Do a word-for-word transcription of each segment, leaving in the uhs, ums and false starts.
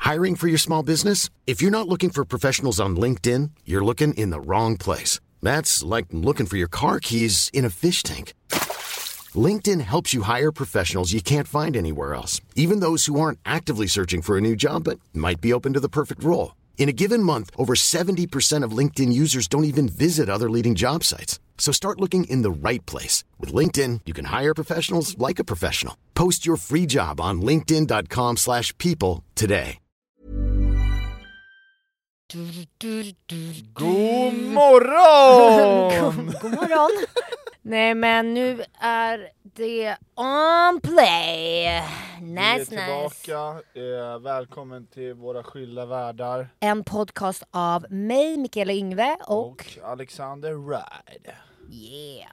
Hiring for your small business? If you're not looking for professionals on LinkedIn, you're looking in the wrong place. That's like looking for your car keys in a fish tank. LinkedIn helps you hire professionals you can't find anywhere else, even those who aren't actively searching for a new job but might be open to the perfect role. In a given month, over seventy percent of LinkedIn users don't even visit other leading job sites. So start looking in the right place. With LinkedIn, you can hire professionals like a professional. Post your free job on linkedin dot com slash people today. God morgon! god, god morgon. Nej, men nu är det on play. Nice, Vi är tillbaka. Eh, välkommen till våra skilda världar. En podcast av mig, Mikaela Yngve och... och Alexander Ride. Yeah.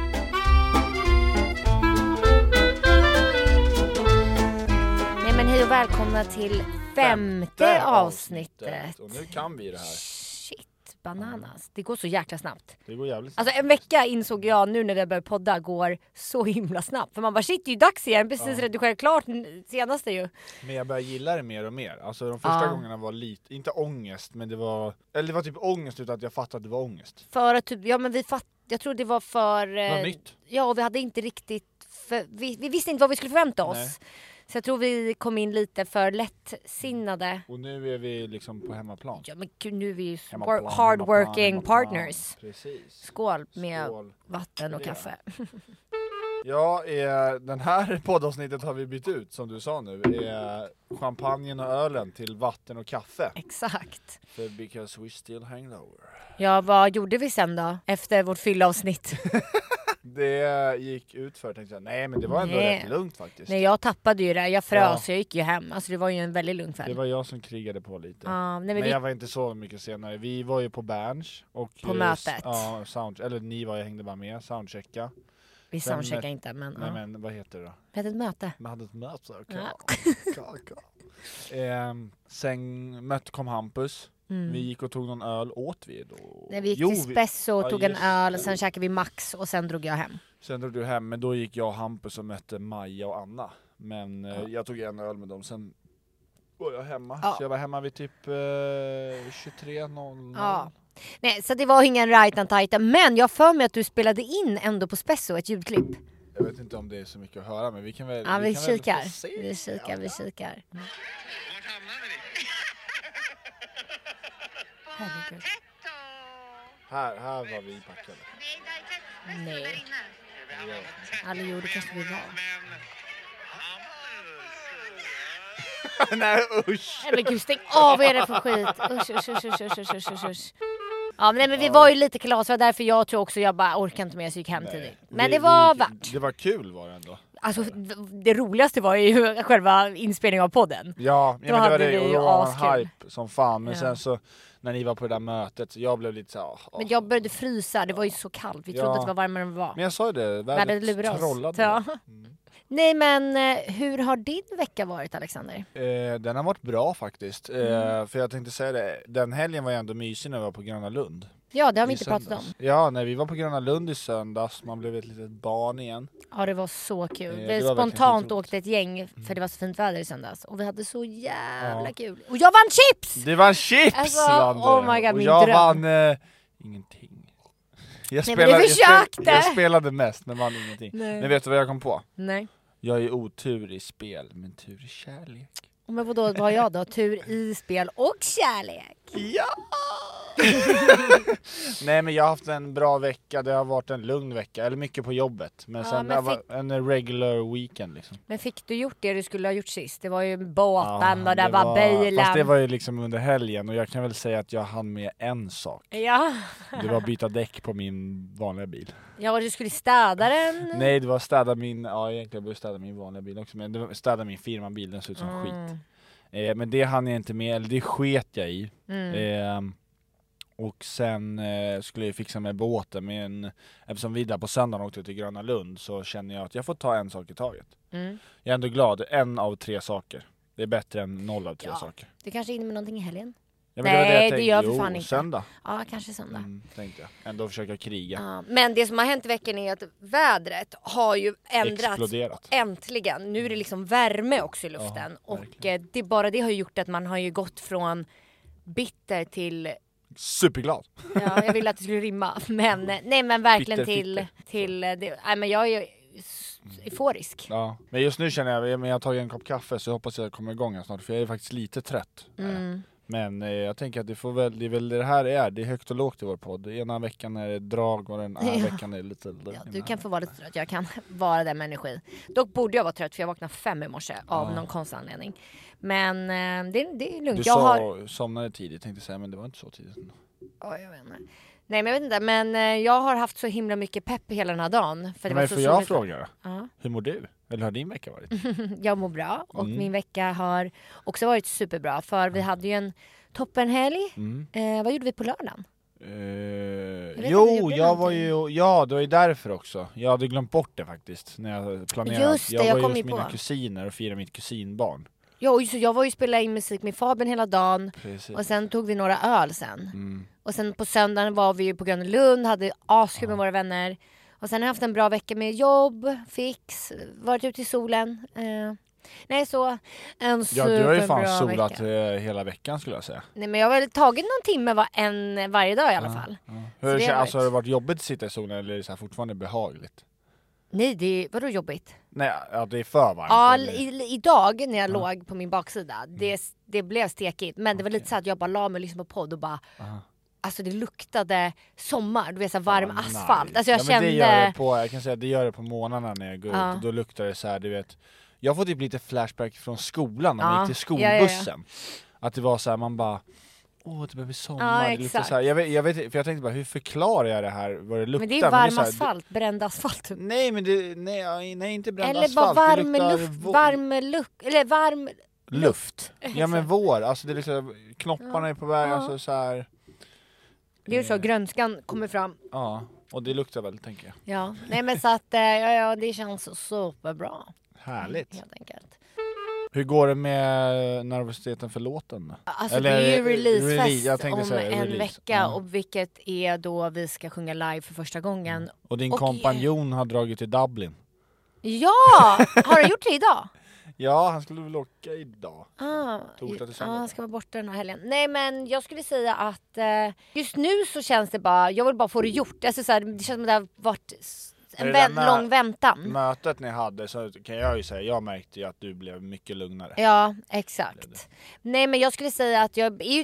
Nej, men hej och välkomna till femte, femte avsnittet. avsnittet. Och nu kan vi det här. Shit, bananas. Det går så jäkla snabbt. Det går jävligt snabbt. Alltså en vecka insåg jag nu när jag började podda går så himla snabbt. För man bara, shit, det är ju dags igen. Precis ja. redigerat klart senaste ju. Men jag börjar gilla det mer och mer. Alltså de första ja. gångerna var lite, inte ångest, men det var... Eller det var typ ångest utan att jag fattade att det var ångest. För att typ, ja men vi fatt, jag tror det var för... Det var nytt. Ja, och vi hade inte riktigt... För, vi, vi visste inte vad vi skulle förvänta oss. Nej. Så jag tror vi kom in lite för lättsinnade. Och nu är vi liksom på hemmaplan. Ja, men gud, nu är vi ju hemmaplan, hardworking hemmaplan, partners. Precis. Skål med Skål. vatten och kaffe. Ja, eh, den här poddavsnittet har vi bytt ut, som du sa nu. Eh, champagnen och ölen till vatten och kaffe. Exakt. För because we still hangover. Ja, vad gjorde vi sen då? Efter vårt fyllavsnitt. Det gick ut för tänkte jag. Nej, men det var ändå Nej. rätt lugnt faktiskt. Nej, jag tappade ju det. Jag frös, Ja. så jag gick ju hem. Alltså det var ju en väldigt lugn kväll. Det var jag som krigade på lite. Ja, nej, men men vi... jag var inte så mycket senare. Vi var ju på Berns. Och På mötet. Ja, sound, eller ni var, jag hängde bara med. Soundchecka. Vi Sen- soundcheckade inte, men... Nej, ja. men vad heter det då? Vi hade ett möte. Man hade ett möte. Okay. Ja. eh, sen mötte kom Hampus. Mm. Vi gick och tog någon öl. Åt vi då? Nej, vi gick Jo, till Spesso och ja, tog en just öl. det. Sen käkade vi Max och sen drog jag hem. Sen drog du hem, men då gick jag och Hampus och mötte Maja och Anna. Men eh, Ja. jag tog en öl med dem, sen var jag hemma. Ja. Så jag var hemma vid typ eh, tjugotre noll noll. Ja. Nej, så det var ingen right and tight. Men jag för mig att du spelade in ändå på Spesso ett ljudklipp. Jag vet inte om det är så mycket att höra, men vi kan väl... Ja, vi, kan kikar. Väl få se. Vi kikar, vi kikar. Mm. Herregud. Här, här var vi packade. Nej. Alla gjorde kanske vi var. Nej, usch! Nej, men gud, stäng av, vad är det för skit? Usch, usch, usch, usch, usch, usch, usch, usch. Ja, men, men vi var ju lite kalas, för därför jag tror också jag bara orkar inte mer, så gick hem Nej, tidigt. Men vi, det var vi, värt. Det var kul var det ändå. Alltså det roligaste var ju själva inspelningen av podden. Ja, ja men det hade var det. vi Och ju då var man askul. hype som fan. Men Ja. sen så, när ni var på det där mötet, så jag blev lite så här, Men jag började frysa, det var ju så kallt. Vi Ja. trodde att det var varmare än det var. Men jag sa ju det, Vi hade värdet lurat trollade. oss. Ja. Mm. Nej, men eh, hur har din vecka varit, Alexander? Eh, den har varit bra faktiskt. Eh, Mm. för jag tänkte säga det, den helgen var ju ändå mysig när vi var på Gröna Lund. Ja, det har vi I inte pratat söndags. om. Ja, när vi var på Gröna Lund i söndags, man blev ett litet barn igen. Ja, det var så kul. Eh, vi det var verkligen spontant skitroligt. åkte ett gäng, för det var så fint väder i söndags. Och vi hade så jävla Ja. kul. Och jag vann chips! Det var chips, Alltså, vann det. oh my God, och min jag dröm. vann eh, ingenting. Jag Nej, men du jag, försökte. spel, jag spelade mest, men vann ingenting. Nej. Men vet du vad jag kom på? Nej. Jag är otur i spel, men tur i kärlek. Men vadå, vad har jag då? Tur i spel och kärlek. Ja! Nej, men jag har haft en bra vecka. Det har varit en lugn vecka, eller mycket på jobbet. Men Ja, sen men det fick- var en regular weekend liksom. Men fick du gjort det du skulle ha gjort sist? Det var ju båten Ja, och där det var bilen. Fast det var ju liksom under helgen, och jag kan väl säga att jag hann med en sak. Ja. Det var att byta däck på min vanliga bil. Ja, och du skulle städa den. Nej, det var städa min, ja egentligen borde städa min vanliga bil också, men det var städa min firmabil, den såg ut som Mm. skit. Eh, men det hann jag inte med, eller det sket jag i. Mm. Eh, och sen eh, skulle jag fixa med båten, men eftersom vi där på söndagen åkte till Gröna Lund, så känner jag att jag får ta en sak i taget. Mm. Jag är ändå glad, en av tre saker. Det är bättre än noll av tre Ja. saker. Du kanske är inne med någonting i helgen? Ja, men Nej, det, var det, jag det tänkte. gör för Jo, fan inte. Söndag. Ja, kanske söndag. Mm, tänkte jag. Ändå försöka kriga. Ja, men det som har hänt i veckan är att vädret har ju ändrats. Exploderat. Äntligen. Nu är det liksom värme också i luften. Ja, och eh, det, bara det har gjort att man har ju gått från bitter till... Superglad. Ja, jag ville att det skulle rimma. Men, nej, men verkligen Bitter, till... fitter. till det, nej, men jag är ju euforisk. Ja. Men just nu känner jag, men jag har tagit en kopp kaffe så jag hoppas jag kommer igång här snart. För jag är faktiskt lite trött. Mm. Men eh, jag tänker att det, får väl, det är väl det här är. Det är högt och lågt i vår podd. Ena veckan är det drag och den andra Ja. veckan är det lite... Ja, du kan få vara lite trött, jag kan vara där med energi. Dock borde jag vara trött för jag vaknade fem i morse av Ja. någon konstig anledning. Men eh, det, det är lugnt. Du jag sa, har... somnade tidigt tänkte jag säga, men det var inte så tidigt. Ja, jag vet inte. Nej, men jag vet inte, men eh, jag har haft så himla mycket pepp hela den här dagen. För det var Men så får jag soligt. fråga? Ja. Hur mår du? Eller har din vecka varit? Jag mår bra och Mm. min vecka har också varit superbra. För vi hade ju en toppenhelg. Mm. Eh, vad gjorde vi på lördagen? Eh, vet inte, jo, vi gjorde jag var någonting. ju, ja det var ju därför också. Jag hade glömt bort det faktiskt när jag planerade. Just det, jag jag var kom ju ju hos mina på. kusiner och firade mitt kusinbarn. Ja, och så jag var ju spela in musik med Fabian hela dagen. Precis. Och sen tog vi några öl sen. Mm. Och sen på söndagen var vi ju på Gröna Lund, hade askul med våra vänner. Och sen har jag haft en bra vecka med jobb, fix, varit ute i solen. Eh, nej, så en Ja, superbra du har ju fan solat vecka. eh, hela veckan skulle jag säga. Nej, men jag har väl tagit någon timme var en, varje dag i alla fall. Ja. Så Hur, det har alltså, har det varit- varit jobbigt att sitta i solen eller är det så här fortfarande behagligt? Nej, det är, vadå jobbigt? Nej, ja, det är för varmt. Ja, eller? i, idag när jag låg på min baksida, det, det blev stekigt. Men det var lite så att jag bara la mig liksom på podd och bara... Aha. Alltså det luktade sommar, du vet så varm Ah, asfalt. nice. Alltså jag ja, men kände... det gör det på, jag kan säga att det gör det på morgnarna när jag går Ja. ut och då luktar det så här, du vet. Jag får typ lite flashback från skolan när man Ja. gick till Ja, ja, ja. skolbussen. Att det var så här, man bara åh det börjar bli sommar. Ja, det luktar exakt. så här. Jag, vet, jag vet för jag tänkte bara hur förklarar jag det här vad det luktar? Men det är varm så här, asfalt, bränd asfalt. Det, nej men det, nej, nej inte bränd Eller asfalt. bara det varm luktar luft, vå- varm lukt, eller varm luft. Ja men vår, alltså det är liksom, knopparna är på väg, Ja. alltså så här. Det är ju så, eh, grönskan kommer fram. Ja, och det luktar väl tänker jag. Ja, nej men så att eh, ja, ja, det känns superbra. Härligt. Helt enkelt. Hur går det med nervositeten för låten? Alltså Eller, det är ju eh, releasefest release, jag tänkte om säga en release. vecka Ja. och vilket är då vi ska sjunga live för första gången. Och din Och- kompanjon har dragit till Dublin. Ja! Har du gjort det idag? Ja, han skulle väl åka idag. Ah, Torsdag till ja, söndag. han ska vara borta den här helgen. Nej men jag skulle säga att eh, just nu så känns det bara, jag vill bara få det gjort. Alltså, så här, det känns som att det har varit s- Är en det väldigt denna- lång väntan. Mötet ni hade så kan jag ju säga, jag märkte ju att du blev mycket lugnare. Ja, Blev det. exakt. Nej men jag skulle säga att jag är ju...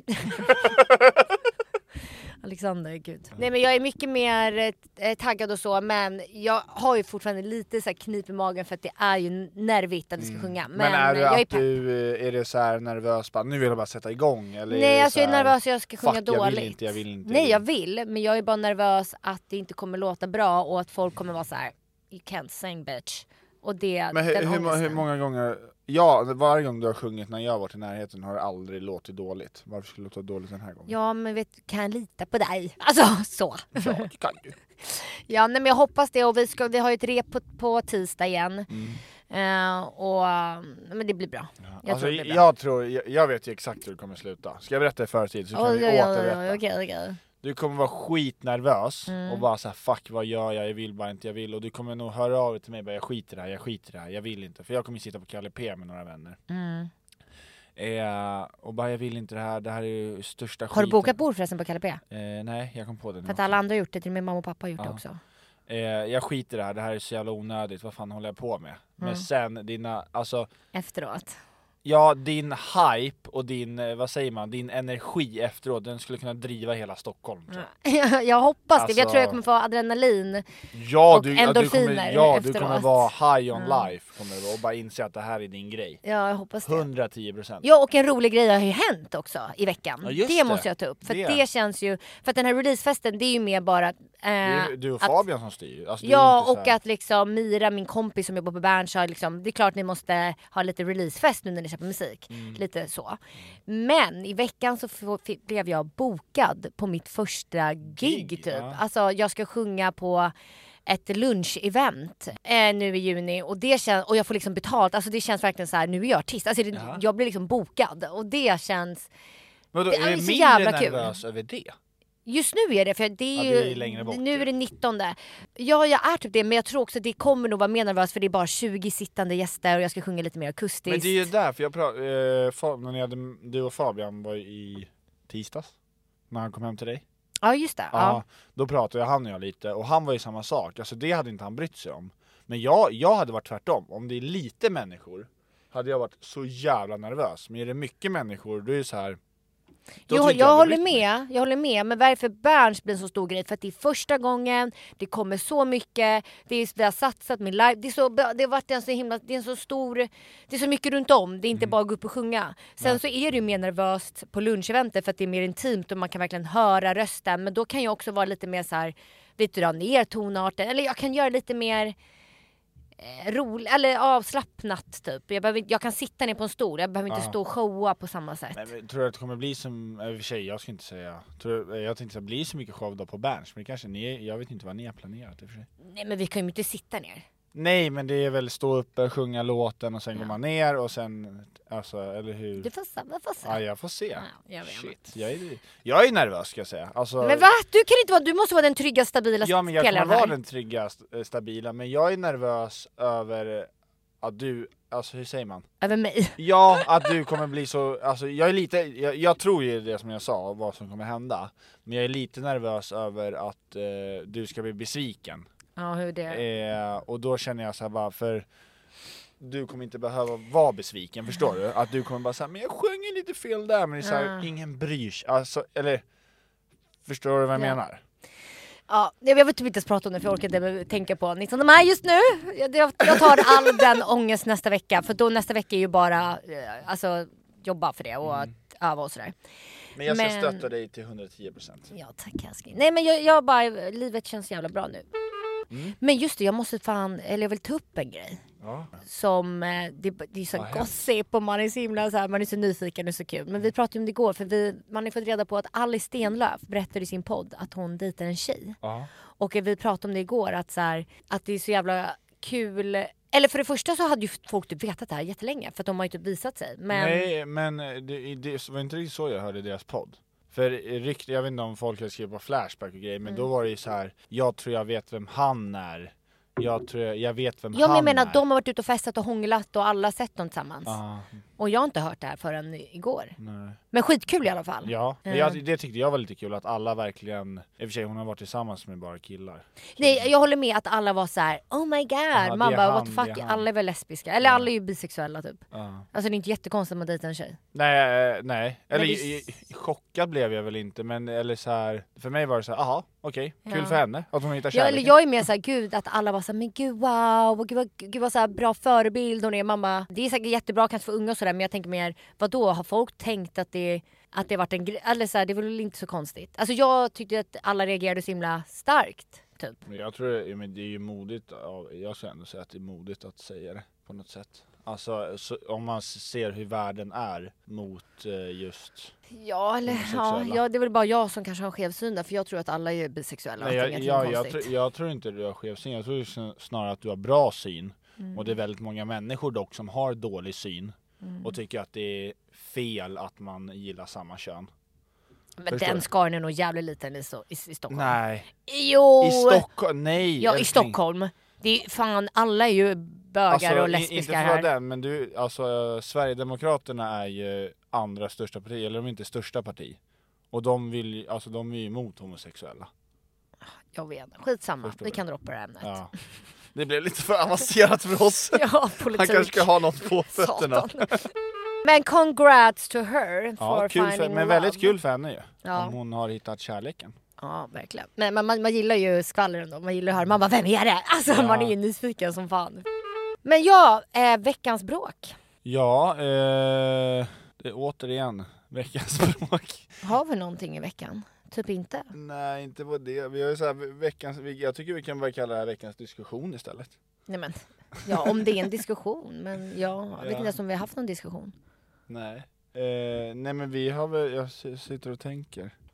Alexander, gud. Nej men jag är mycket mer eh, taggad och så, men jag har ju fortfarande lite så här knip i magen för att det är ju nervigt att vi ska sjunga. Men, Men, är eh, du jag är att pepp. du, är det så här nervös bara, nu vill jag bara sätta igång? Eller Nej det alltså jag är så här, nervös, jag ska sjunga fuck, dåligt. jag vill inte, jag vill inte. Nej jag vill. vill, men jag är bara nervös att det inte kommer låta bra och att folk kommer vara så här: you can't sing bitch. Och det, Men hur, den hur, må- hur ångesten. många gånger, ja varje gång du har sjungit när jag har varit i närheten har det aldrig låtit dåligt. Varför skulle det låta dåligt den här gången? Ja men vet, kan jag lita på dig? Alltså så. Ja, det kan du. Ja nej, men jag hoppas det och vi, ska, vi har ju ett rep på, på tisdag igen. Mm. Eh, och men det blir bra. Ja. Jag alltså, tror det blir bra. jag, tror, jag, jag vet ju exakt hur det kommer sluta. Ska jag berätta i förtid så kan Oj, vi oj, oj, återberätta. oj, okej, okej. Du kommer vara skitnervös Mm. och bara så här, fuck vad gör jag, jag vill bara inte, jag vill. Och du kommer nog höra av dig till mig bara, jag skiter i det här, jag skiter i det här, jag vill inte. För jag kommer sitta på Kalle P med några vänner. Mm. Eh, och bara, jag vill inte det här, det här är ju största skiten. Har du bokat bord förresten på Kalle P? Eh, nej, jag kom på det nu För att också. alla andra har gjort det, till och med mamma och pappa har gjort Ja. det också. Eh, jag skiter i det här, det här är så jävla onödigt, vad fan håller jag på med? Men Mm. sen dina, alltså, Efteråt. ja din hype och din, eh, vad säger man, din energi efteråt, den skulle kunna driva hela Stockholm. tror jag. Ja. Jag hoppas det, Alltså- jag tror jag kommer få adrenalin. Ja, Och du, ja, du endorfiner kommer, ja, du efteråt. kommer vara high on Ja. life kommer du vara, och bara inse att det här är din grej. Ja, jag hoppas det. hundratio procent. Ja, och en rolig grej har ju hänt också i veckan. Ja, just det, det. måste jag ta upp. För Det. det. känns ju, för att den här releasefesten det är ju mer bara eh, Det är du och att- Fabian som styr. Alltså, det är Ja, inte så och här- att liksom Mira, min kompis som jobbar på Berns, sa liksom, det är klart ni måste ha lite releasefest nu när ni köper musik. Mm. Lite så. Men i veckan så f- f- blev jag bokad på mitt första gig, Gig, typ. ja. Alltså jag ska sjunga på ett lunchevent eh, nu i juni och, det känns, och jag får liksom betalt. Alltså det känns verkligen så här, nu är jag artist. Alltså det, Ja. jag blir liksom bokad och det känns Men då, Det är är du så mindre jävla kul. nervös över det? Just nu är det, för det är Ja, ju, det är längre bort, nu ju. är det nittonde. Ja, jag är typ det, men jag tror också att det kommer nog vara mer nervös för det är bara tjugo sittande gäster och jag ska sjunga lite mer akustiskt. Men det är ju därför jag pratade, eh, Fab, när ni hade, du och Fabian var i tisdags, när han kom hem till dig. Ja, just det. Ja, Ja. då pratade han och jag lite, och han var ju samma sak. Alltså det hade inte han brytt sig om. Men jag, jag hade varit tvärtom. Om det är lite människor hade jag varit så jävla nervös. Men är det mycket människor, då är det så här. Då Jo, tror jag, inte jag hade håller brytt mig. med, jag håller med, men varför Berns blir en så stor grej? För att det är första gången, det kommer så mycket, det är, vi har satsat med live, det, är så, det har varit en så himla, det är en så stor, det är så mycket runt om, det är inte Mm. bara att gå upp och sjunga. Sen Nej. så är det ju mer nervöst på luncheventet för att det är mer intimt och man kan verkligen höra rösten, men då kan jag också vara lite mer så här, lite dra ner tonarten, eller jag kan göra lite mer eh, roligt, eller avslappnat typ. Jag, behöver, jag kan sitta ner på en stol, jag behöver inte Ja. stå och showa på samma sätt. Nej, men tror du att det kommer bli som, i och för sig, jag ska inte säga, tror, jag tänkte att det blir så mycket show då på Berns, men det kanske ni, jag vet inte vad ni har planerat i och för sig. Nej, men vi kan ju inte sitta ner. Nej, men det är väl stå uppe, sjunga låten och sen Ja. går man ner och sen, alltså, eller hur? Du får se, vi får se. Ja, jag får se. Ja, jag vet. Shit, jag är, jag är nervös ska jag säga. Alltså, Men va? Du kan inte vara, du måste vara den trygga, stabila ja, men jag spelaren kommer vara här. den trygga, st- stabila, men jag är nervös över att du, alltså hur säger man? Över mig. Ja, att du kommer bli så, alltså jag är lite, jag, jag tror ju det som jag sa, vad som kommer hända. Men jag är lite nervös över att eh, du ska bli besviken. Ja, hur det? Eh, och då känner jag så här bara, för du kommer inte behöva vara besviken, förstår du? Att du kommer bara säga, men jag sjunger lite fel där, men det är så här, Ja. ingen bryr sig. Alltså, eller, förstår du vad jag Ja. menar? Ja, jag vill typ inte ens prata om det för jag orkar inte tänka på nittonde maj just nu. Jag, jag jag tar all den ångest nästa vecka, för då nästa vecka är ju bara eh, alltså, jobba för det och Mm. att öva och sådär. Men jag ska Men- stötta dig till hundratio procent. Ja, tack älskling. Nej, men jag, jag bara, livet känns jävla bra nu. Mm. Men just det, jag måste fan, eller jag vill ta upp en grej. Ja. Som, eh, det, det är så Vad hemskt. gossip och man är så himla så här, man är så nyfiken och så kul. Men vi pratade om det igår, för vi, man har fått reda på att Alice Stenlöf berättade i sin podd att hon dejtar en tjej. Ja. Och vi pratade om det igår, att, så här, att det är så jävla kul. Eller för det första så hade ju folk typ vetat det här jättelänge, för att de har ju typ visat sig. Men Nej, men det, det var inte riktigt så jag hörde deras podd. För rykt, jag vet inte om folk har skrivit på Flashback och grejer, men Mm. då var det ju så här: jag tror jag vet vem han är. Jag tror jag, jag vet vem ja, men han jag menar är. att de har varit ute och festat och hånglat och alla har sett dem tillsammans. Ja, Och jag har inte hört det här förrän igår. nej. Men skitkul i alla fall. Ja, men Mm. jag, det tyckte jag var lite kul att alla verkligen, i och för sig hon har varit tillsammans med bara killar. Nej, jag håller med att alla var så här: oh my god. det Man är bara, han, what the det fuck, är han. alla är väl lesbiska. Eller Ja. alla är ju bisexuella typ. Ja. Alltså det är inte jättekonstigt att man dejtar en tjej. Nej, nej. Eller det- i- i- chockad blev jag väl inte, men eller så här, för mig var det så här, aha, okej, kul Ja. för henne att hon hittar Ja, kärleken. eller jag är mer såhär, gud att alla var såhär, men gud wow, och gud vad, gud vad så här bra förebild hon är, mamma. Det är säkert jättebra kanske för unga och sådär, men jag tänker mer, vadå, har folk tänkt att det, att det varit en grej? Eller så här, det är väl inte så konstigt. Alltså jag tyckte att alla reagerade så himla starkt, typ. Men jag tror det, men det är ju modigt, av- jag skulle ändå säga att det är modigt att säga det på något sätt. Alltså så, om man ser hur världen är mot eh, just... Ja, eller ja, Homosexuella. ja, det är väl bara jag som kanske har en skev syn där, för jag tror att alla är bisexuella. Nej, att det är jag, ingenting jag, jag, konstigt. tror- jag tror inte du har skev syn, jag tror sn- snarare att du har bra syn. Mm. Och det är väldigt många människor dock som har dålig syn Mm. och tycker att det är fel att man gillar samma kön. Men Förstår den du? skaran är nog jävligt liten i, so- i, i Stockholm. Nej, Jo! i Stockholm, nej. Ja, i älskling. Stockholm. Det är, fan, alla är ju bögar Alltså, och i- lesbiska inte för här. den, men du, alltså Sverigedemokraterna är ju andra största parti, eller de är inte största parti. Och de vill ju- alltså de är ju emot homosexuella. Jag vet, skitsamma. Förstår Vi du? kan droppa det här ämnet. Ja. Det blev lite för avancerat för oss. Ja, Han politik. kanske ska ha något på fötterna. Satan. Men congrats to her for Ja, kul finding för, men love. väldigt kul för henne ju. Ja. Om hon har hittat kärleken. Ja, verkligen. Men man, man, man gillar ju skvaller ändå. Man gillar att höra. Man bara, vem är det? Alltså Ja. man är ju nyfiken som fan. Men ja, eh, veckans bråk. Ja, eh, det är återigen veckans bråk. Har vi någonting i veckan? Typ inte. Nej, inte vad det. Vi har ju så här veckans, vi- jag tycker vi kan bara kalla det här veckans diskussion istället. Nej men, ja om det är en diskussion. Men ja, jag vet Ja. inte ens om vi har haft någon diskussion. Nej. Eh, nej men vi har väl, jag s- sitter och tänker.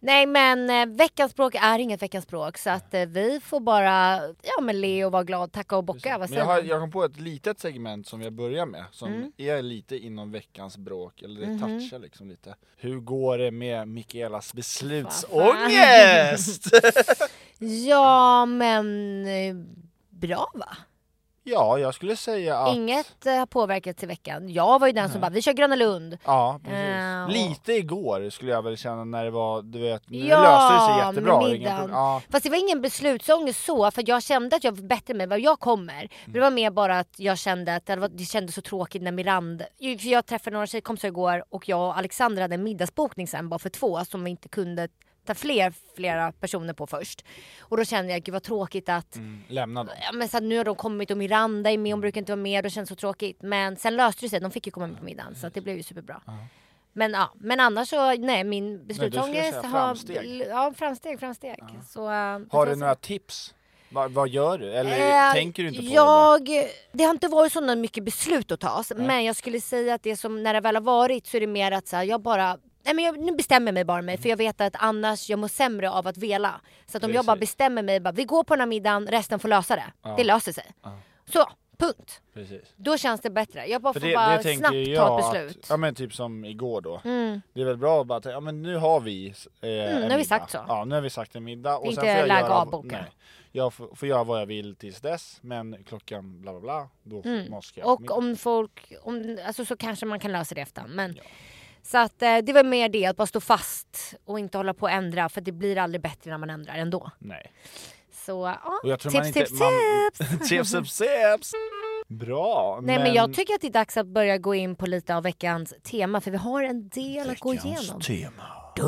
Nej men eh, veckans språk är inget veckans språk så att eh, vi får bara ja men le och vara glad, tacka och bocka. Vad men jag, har, jag kom på ett litet segment som jag börjar med som mm. är lite inom veckans språk eller det mm-hmm. touchar liksom lite. Hur går det med Mikaelas beslutsångest? Ja men eh, bra va? Ja, jag skulle säga att... Inget har påverkat till veckan. Jag var ju den Nej. som bara, vi kör Gröna Lund. Ja, precis. Uh, Lite igår skulle jag väl känna när det var, du vet, nu ja, löste det sig jättebra. Ingen, ja. Fast det var ingen beslutsångest så, för jag kände att jag var bättre med vad jag kommer. Mm. Det var mer bara att jag kände att det, var, det kändes så tråkigt när Miranda... För jag träffade några tjejkompisar igår och jag och Alexandra hade en middagsbokning sen bara för två som vi inte kunde... ta fler, flera personer på först. Och då kände jag, gud vad tråkigt att... Mm, lämna dem. Ja, men så att nu har de kommit och Miranda är med, hon brukar inte vara med, det känns så tråkigt. Men sen löste det sig, de fick ju komma med på middagen, så att det blev ju superbra. Uh-huh. Men ja, men annars så, nej, min beslutsångest har... Framsteg. Ja, framsteg, framsteg. Uh-huh. Så, uh, har du några tips? Va, vad gör du? Eller äh, tänker du inte på jag, det? Det har inte varit så mycket beslut att tas, nej. Men jag skulle säga att det som, när det väl har varit så är det mer att så här, jag bara... Nej, men jag, nu bestämmer jag mig bara mig, för jag vet att annars jag mår sämre av att vela. Så att om Precis. jag bara bestämmer mig, bara, vi går på den här middagen, resten får lösa det. Ja. Det löser sig. Ja. Så, punkt. Precis. Då känns det bättre. Jag bara för får det, bara det snabbt jag ta ett beslut. Att, ja men typ som igår då. Mm. Det är väl bra att bara tänka, ja men nu har vi eh, mm, nu har vi sagt så. Ja, nu har vi sagt en middag. Och inte sen får jag lägga göra, avboka. Nej, jag får, får göra vad jag vill tills dess, men klockan bla bla bla, då mm. måste jag. Och om folk, om, alltså så kanske man kan lösa det efter. Men... Ja. Så att eh, det var mer det, att bara stå fast och inte hålla på att ändra, för det blir aldrig bättre när man ändrar ändå. Nej. Så ja, och jag tror tips, man inte, tips, man, tips, tips, tips, tips. Bra. Nej men... men jag tycker att det är dags att börja gå in på lite av veckans tema, för vi har en del veckans att gå igenom. Tema.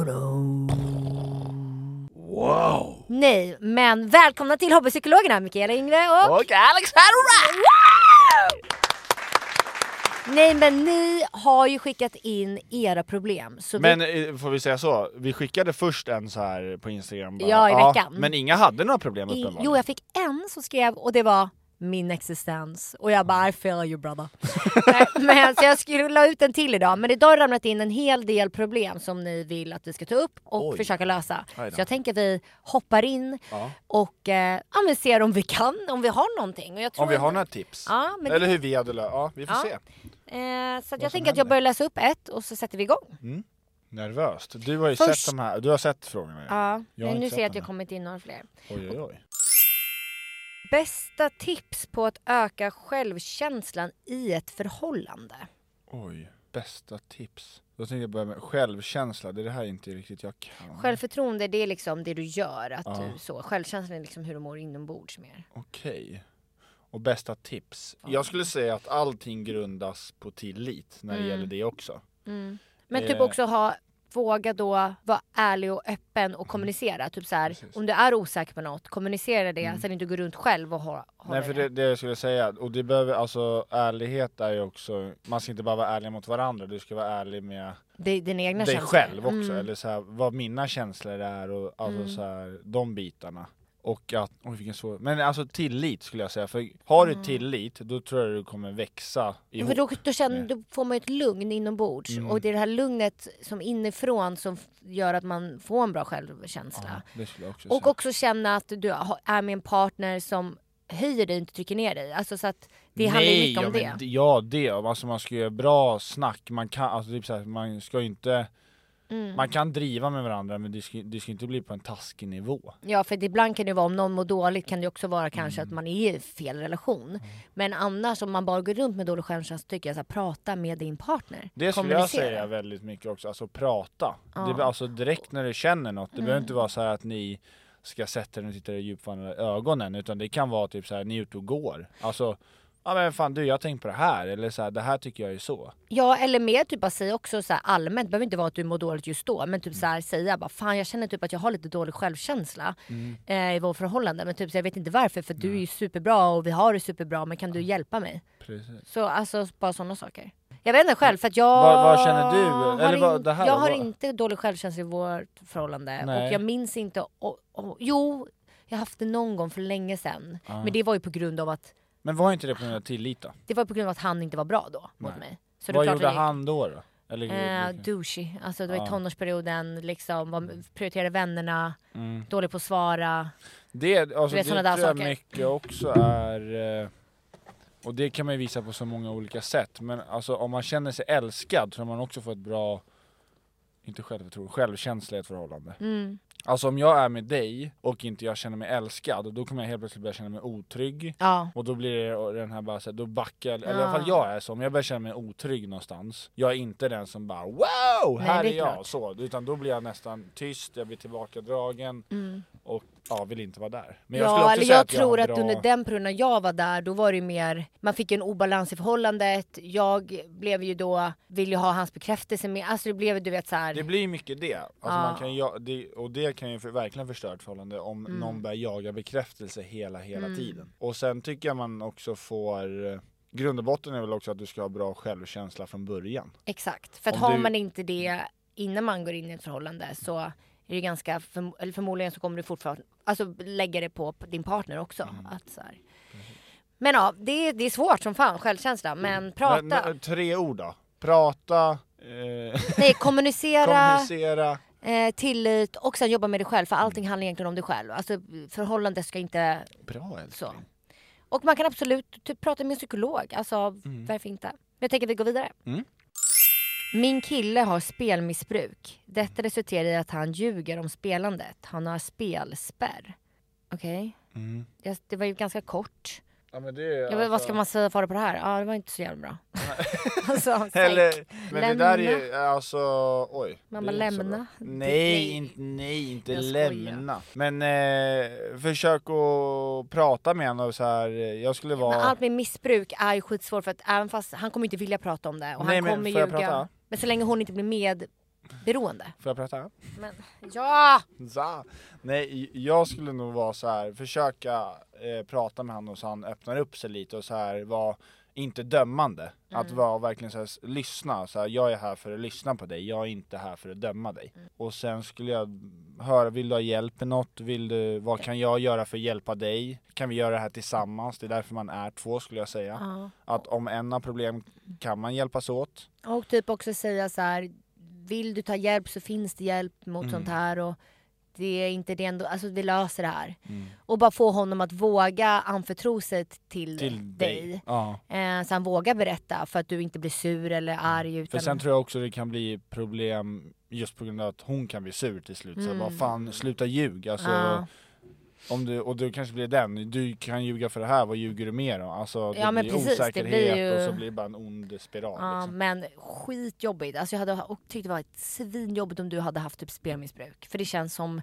Wow. Nej, men välkomna till Hobbypsykologerna, Mikaela Yngve och... och Alex Harrod. Wow! Nej men ni har ju skickat in era problem så men vi... får vi säga så, vi skickade först en så här på Instagram bara, ja i veckan ja, men inga hade några problem I... uppenbarligen. Jo jag fick en som skrev och det var min existens och jag bara I feel you brother. Men så jag skulle la ut en till idag, men idag har ramlat in en hel del problem som ni vill att vi ska ta upp och Oj. försöka lösa. Så jag tänker att vi hoppar in ja. och eh, ja, men ser om vi kan, om vi har någonting. Och jag tror om vi har att... några tips. Ja, men... eller hur vi hade löst. Ja, vi får ja. se. Eh, så att jag tänker att jag börjar läsa upp ett och så sätter vi igång. Mm. Nervöst. Du har ju Först... sett de här. Du har sett frågorna. Ja, jag nu ser jag att jag kommit in några fler. Oj, oj, oj. Bästa tips på att öka självkänslan i ett förhållande? Oj, bästa tips. Då tänkte jag börja med självkänsla. Det är det här inte riktigt jag kan. Självförtroende, det är liksom det du gör. Att ja. du, så. Självkänslan är liksom hur du mår inombords mer. Okej. Och bästa tips. Ja. Jag skulle säga att allting grundas på tillit när det mm. gäller det också. Mm. Men typ också ha... våga då vara ärlig och öppen och kommunicera. Typ så här, om du är osäker på något, kommunicera det mm. så att du inte går runt själv och ha, ha Nej, för det, det jag skulle säga, och det behöver, alltså ärlighet är ju också, man ska inte bara vara ärlig mot varandra, du ska vara ärlig med det, din egna dig känslor. själv också, mm. eller så här, vad mina känslor är och alltså mm. så här, de bitarna. Och att, oj vilken svår, men alltså tillit skulle jag säga, för har du tillit då tror jag du kommer växa ihop. För då, då, känner, då får man ett lugn inombords mm. och det är det här lugnet som inifrån som gör att man får en bra självkänsla. Ja, det skulle jag också och säga. Också känna att du är med en partner som höjer dig, inte trycker ner dig. Alltså så att det handlar ju mycket om ja, det. Men, ja, det. Alltså man ska göra bra snack. Man kan, alltså typ så här, man ska ju inte... Mm. Man kan driva med varandra, men det ska, det ska inte bli på en taskig nivå. Ja, för ibland kan det vara, om någon mår dåligt kan det också vara kanske mm. att man är i fel relation. Mm. Men annars om man bara går runt med dålig självkänsla, tycker jag så här, prata med din partner. Det skulle jag säga väldigt mycket också, alltså prata. Ja. Det, alltså direkt när du känner något, det mm. behöver inte vara så här att ni ska sätta er och titta i djupt i ögonen, utan det kan vara typ så här, ni är ute och går. Alltså... Ja men fan du, jag har tänkt på det här. Eller så här, det här tycker jag är så. Ja, eller mer typ att säga också så här, allmänt. Det behöver inte vara att du mår dåligt just då. Men typ så här, säga bara, fan jag känner typ att jag har lite dålig självkänsla mm. eh, i vår förhållande. Men typ så jag vet inte varför. För du är ju superbra och vi har det superbra. Men kan du hjälpa mig? Precis. Så alltså bara sådana saker. Jag vet inte själv för att jag... Vad, vad känner du? Eller vad, det här, jag har vad? inte dålig självkänsla i vårt förhållande. Nej. Och jag minns inte... Och, och, jo, jag har haft det någon gång för länge sedan. Ah. Men det var ju på grund av att... Men var inte det på grund av tillit då? Det var på grund av att han inte var bra då mot Nej. mig. Så vad det gjorde jag... han då då? Eller, Eh, douchey. Alltså det var i Ja. tonårsperioden, liksom, var, prioriterade vännerna, mm. dålig på att svara. Det, alltså, vet, det såna där tror jag saker. mycket också är... Eh, och det kan man ju visa på så många olika sätt. Men alltså, om man känner sig älskad tror man också får ett bra... Inte självförtroende, självkänsla i ett förhållande. Mm. Alltså om jag är med dig och inte jag känner mig älskad, då kommer jag helt plötsligt börja känna mig otrygg. Ja. Och då blir det den här bara så här, då backar, eller i Ja. alla fall jag är så, om jag börjar känna mig otrygg någonstans. Jag är inte den som bara wow, Nej, här det är är jag, klart. så. Utan då blir jag nästan tyst, jag blir tillbakadragen Mm. och ja, vill inte vara där. Men jag skulle Ja, också eller säga jag att jag tror har att bra... under den perioden när jag var där, då var det ju mer, man fick en obalans i förhållandet. Jag blev ju då, ville ju ha hans bekräftelse med, alltså det blev, du vet så här. Det blir mycket det. Alltså Ja. man kan, ja, det. Och det kan ju för, verkligen förstöra ett förhållande om Mm. någon börjar jaga bekräftelse hela, hela Mm. tiden. Och sen tycker jag man också får... Grund och botten är väl också att du ska ha bra självkänsla från början. Exakt, för att Om har du- man inte det innan man går in i ett förhållande så är det ganska, förm- eller förmodligen så kommer du fortfarande, alltså lägga det på din partner också. Mm. Att så här. Men ja, det, är- det är svårt som fan, självkänsla, men prata, Men, men, tre ord då. Prata, eh, nej, kommunicera, kommunicera. eh, tillit och sen jobba med dig själv, för allting handlar egentligen om dig själv. Alltså förhållande ska inte, Bra älskling. så. Och man kan absolut typ prata med en psykolog, alltså Mm. varför inte? Men jag tänker att vi går vidare. Mm. Min kille har spelmissbruk. Detta resulterar i att han ljuger om spelandet. Han har spelspärr. Okej. Mm. Okay. Det var ju ganska kort. Ja, men det, Jag vet, vad ska man säga för det på det här? Ja, det var inte så jävla bra. alltså, Eller, psyk. men Lämna. det där är ju, alltså, oj. Man det är bara inte så lämna. bra. Det- Nej, nej. inte, nej, inte Jag skojar. lämna. Men eh, försök att prata med honom så här. Jag skulle vara... Men allt med missbruk är ju skitsvårt, för att även fast han kommer inte vilja prata om det och Nej, han men kommer får jag ljuga. prata? Men så länge hon inte blir medberoende. Får jag prata? Men ja! Så. Nej, jag skulle nog vara så här, försöka eh, prata med honom så han öppnar upp sig lite och så här vara inte dömande. Mm. Att vara verkligen så här, s- lyssna. Så här, jag är här för att lyssna på dig, jag är inte här för att döma dig. Mm. Och sen skulle jag höra, vill du ha hjälp med något? Vill du, vad kan jag göra för att hjälpa dig? Kan vi göra det här tillsammans? Det är därför man är två, skulle jag säga. Ja. Att om en har problem kan man hjälpas åt. Och typ också säga så här: vill du ta hjälp så finns det hjälp mot Mm. sånt här, och det är inte det ändå, alltså vi löser det här. Mm. Och bara få honom att våga anförtro sig till, Till dig. dig. Ja. Eh, så han vågar berätta, för att du inte blir sur eller arg. För Utan... sen tror jag också det kan bli problem just på grund av att hon kan bli sur till slut. Så Mm. vad fan, sluta ljuga. Alltså, Ja. om du, och du kanske blir den, du kan ljuga för det här, vad ljuger du mer då? Alltså det Ja, men blir precis, det osäkerhet blir ju- och så blir det bara en ond spiral. Ja, liksom. men skitjobbigt. Alltså jag hade och tyckte det var ett svinjobbigt om du hade haft typ spelmissbruk. För det känns som,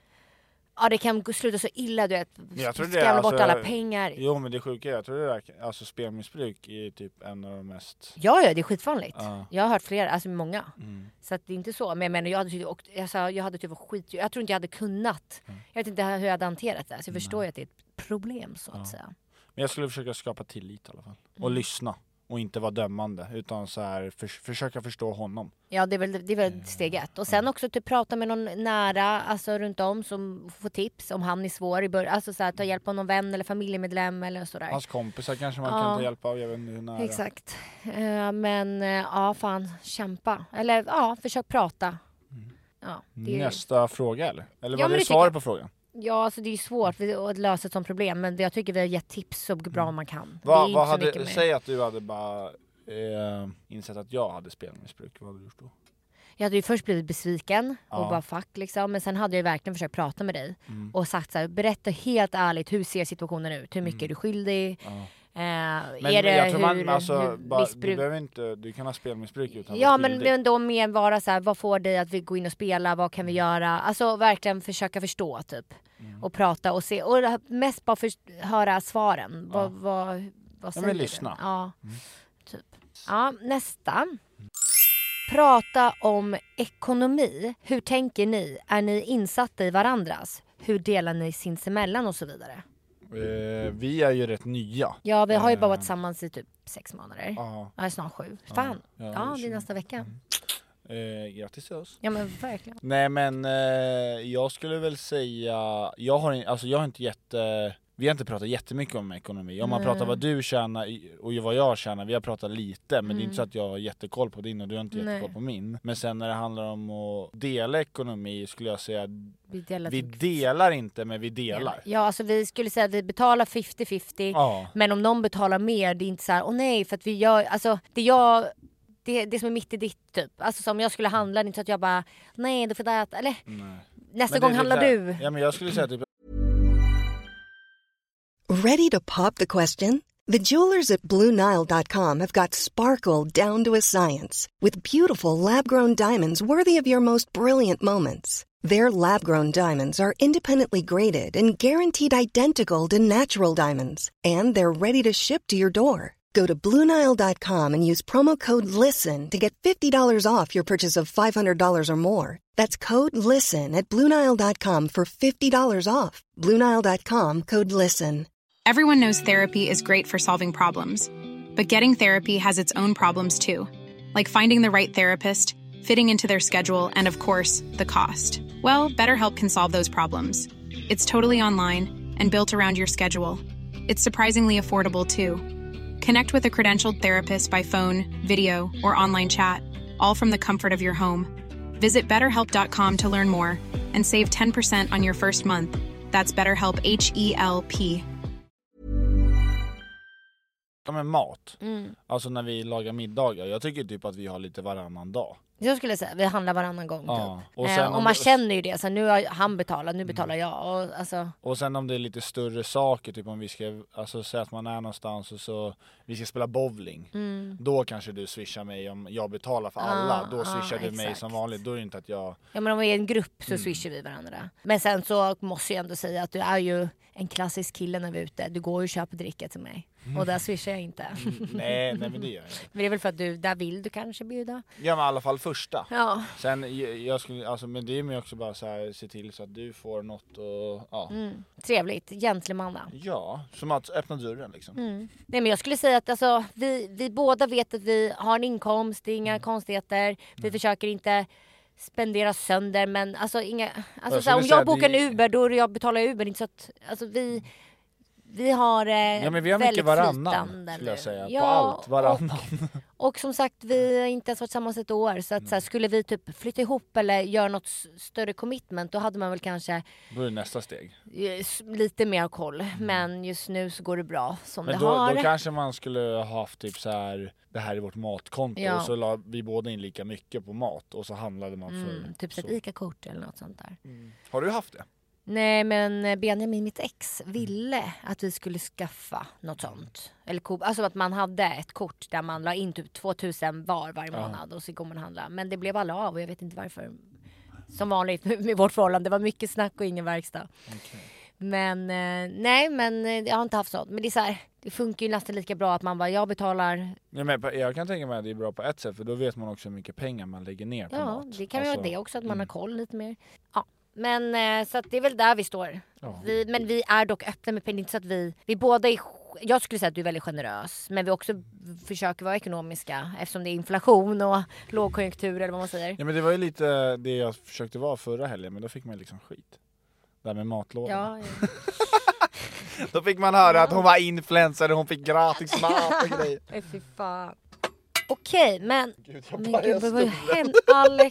ja, det kan gå- sluta så illa, du vet. Jag tror det, Skrämma bort alltså- alla pengar. Jo men det sjuka är, jag tror det är, alltså spelmissbruk är typ en av de mest... Ja, ja, det är skitvanligt. Ja. Jag har hört flera, alltså många. Mm. Så att det är inte så. Men jag menar, jag hade typ, och, alltså, jag hade typ varit skit. Jag tror inte jag hade kunnat. Mm. Jag vet inte hur jag hade hanterat det. Så jag förstår ju att det är ett problem, så att Ja. säga. Men jag skulle försöka skapa tillit i alla fall. Och Mm. lyssna. Och inte vara dömande, utan så här, för, försöka förstå honom. Ja, det är väl, det är väl steg ett. Och sen också typ prata med någon nära, alltså runt om, som får tips om han är svår i början. Alltså så här, ta hjälp av någon vän eller familjemedlem eller sådär. Hans kompisar kanske man Ja. kan ta hjälp av, jag vet inte hur nära. Exakt. Eh, men eh, ja, fan, kämpa. Eller ja, försök prata. Ja, det är, Nästa fråga eller? Eller Ja, var men det det svaret tycker på frågan? ja, alltså det är ju svårt att lösa ett sånt problem. Men jag tycker vi har gett tips så bra man kan. det är Vad, inte vad så mycket hade, mer. säg att du hade bara eh, insett att jag hade spelmissbruk, vad hade du gjort då? Jag hade ju först blivit besviken och Ja. bara fuck liksom. Men sen hade jag verkligen försökt prata med dig. Mm. Och sagt så här, berätta helt ärligt, hur ser situationen ut? Hur mycket är du skyldig? Ja. Eh, Men är det jag tror hur, man, alltså, hur bara, du missbruk? behöver inte, du kan ha spelmissbruk utan att Ja, vara men skyldig. men då mer vara så här, vad får dig att vi går in och spela? Vad kan vi göra? Alltså verkligen försöka förstå typ. Mm. Och prata och se. Och mest bara för, höra svaren. Vad, Ja. vad, vad säger men du? lyssna. Ja, Mm. typ. Ja, nästa. Prata om ekonomi. Hur tänker ni? Är ni insatta i varandras? Hur delar ni sinsemellan och så vidare? Eh, vi är ju rätt nya. Ja, vi har ju bara Eh. varit tillsammans i typ sex månader. Ja. Ja, snart sju. Fan. Ja, Ja, det är det är tjugo. nästa vecka. Eh, grattis till oss. Ja, men verkligen. Nej men eh, jag skulle väl säga, jag har, in- alltså, jag har inte jätte vi har inte pratat jättemycket om ekonomi. Om man Nej. pratar vad du tjänar och vad jag tjänar, vi har pratat lite. Men Mm. det är inte så att jag har jättekoll på din och du har inte Nej. jättekoll på min. Men sen när det handlar om att dela ekonomi skulle jag säga Vi delar, vi typ- delar inte, men vi delar. Ja, alltså vi skulle säga att vi betalar femtio femtio. Ja. Men om någon betalar mer, det är inte så här, åh nej, för att vi gör, alltså det jag, det, det som är mitt i ditt typ. Alltså som jag skulle handla, det är inte så att jag bara, nej du får äta, eller Nej. nästa Men gång det är handlar typ så du. här- Ja, men jag skulle säga typ Ready to pop the question? The jewelers at Blue Nile dot com have got sparkle down to a science with beautiful lab-grown diamonds worthy of your most brilliant moments. Their lab-grown diamonds are independently graded and guaranteed identical to natural diamonds, and they're ready to ship to your door. Go to Blue Nile dot com and use promo code LISTEN to get fifty dollars off your purchase of five hundred dollars or more. That's code LISTEN at Blue Nile dot com for fifty dollars off. Blue Nile dot com, code LISTEN. Everyone knows therapy is great for solving problems, but getting therapy has its own problems too, like finding the right therapist, fitting into their schedule, and of course, the cost. Well, BetterHelp can solve those problems. It's totally online and built around your schedule. It's surprisingly affordable too. Connect with a credentialed therapist by phone, video, or online chat, all from the comfort of your home. Visit better help dot com to learn more and save ten percent on your first month. That's BetterHelp, H E L P. Ja, men mat. Mm. Alltså när vi lagar middagar. Jag tycker typ att vi har lite varannan dag. Jag skulle säga, vi handlar varannan gång Ja. typ. Och, Eh, sen och om man det- känner ju det, så nu har han betalat, nu betalar jag. Och, alltså, Och sen om det är lite större saker, typ om vi ska, alltså säga att man är någonstans och så vi ska spela bowling. mm. Då kanske du swishar mig om jag betalar för alla. Ah, då ah, swishar du mig exakt. som vanligt. Då är det inte att jag... Ja, men om vi är en grupp så Mm. swishar vi varandra. Men sen så måste jag ändå säga att du är ju en klassisk kille när vi är ute. Du går ju och köper dricka till mig. Och där swishar jag inte. nej, nej men det gör jag inte. Men det är väl för att du, där vill du kanske bjuda. Ja men i alla fall första. Ja. Sen jag, jag skulle, alltså men det är mig också bara så här, se till så att du får något och ja. Mm. Trevligt, gentlemanna. Ja, som att öppna dörren liksom. Mm. Nej, men jag skulle säga att alltså, vi, vi båda vet att vi har en inkomst, det är inga konstigheter. Vi försöker inte spendera sönder, men alltså inga, alltså, Jag så här, om skulle jag säga bokar det- en Uber då är det jag betalar Uber, inte så att alltså, vi vi har eh, Ja men vi har väldigt mycket varannan flytande skulle jag nu. säga. Ja, på allt, varannan. Och, och som sagt, vi har inte ens varit tillsammans ett år. Så, att, så här, skulle vi typ flytta ihop eller göra något s- större commitment, då hade man väl kanske Då är det nästa steg. eh, s- lite mer koll. Men just nu så går det bra som Men det då, har. då kanske man skulle ha haft typ så här, det här är vårt matkonto Ja. och så la vi båda in lika mycket på mat och så handlade man för mm, typ så ett ICA-kort eller något sånt där. Har du haft det? Nej, men Benjamin, mitt ex, ville att vi skulle skaffa något sånt. Eller ko- alltså att man hade ett kort där man la in typ tvåtusen var varje Ja. månad och så går man handla. Men det blev alla av och jag vet inte varför. Som vanligt med vårt förhållande. Det var mycket snack och ingen verkstad. Okay. Men eh, nej, men eh, jag har inte haft sånt. Men det är så här, det funkar ju nästan lika bra att man bara, jag betalar. Ja, men på- jag kan tänka mig att det är bra på ett sätt för då vet man också hur mycket pengar man lägger ner på Ja, mat. det kan ju Alltså, vara det också, att man mm. har koll lite mer. Ja. Men eh, så att det är väl där vi står. Ja. Vi, men vi är dock öppna med pengar. Inte så att vi, vi båda är, jag skulle säga att du är väldigt generös. Men vi också försöker vara ekonomiska. Eftersom det är inflation och lågkonjunktur eller vad man säger. Ja men det var ju lite det jag försökte vara förra helgen men då fick man liksom skit. Där med matlådan. Ja, ja. Då fick man höra att hon var influencer och hon fick gratis mat och grejer. Äh, fy fan. Okej, men... Gud, jag Men bara gud, vad har stod där. hänt?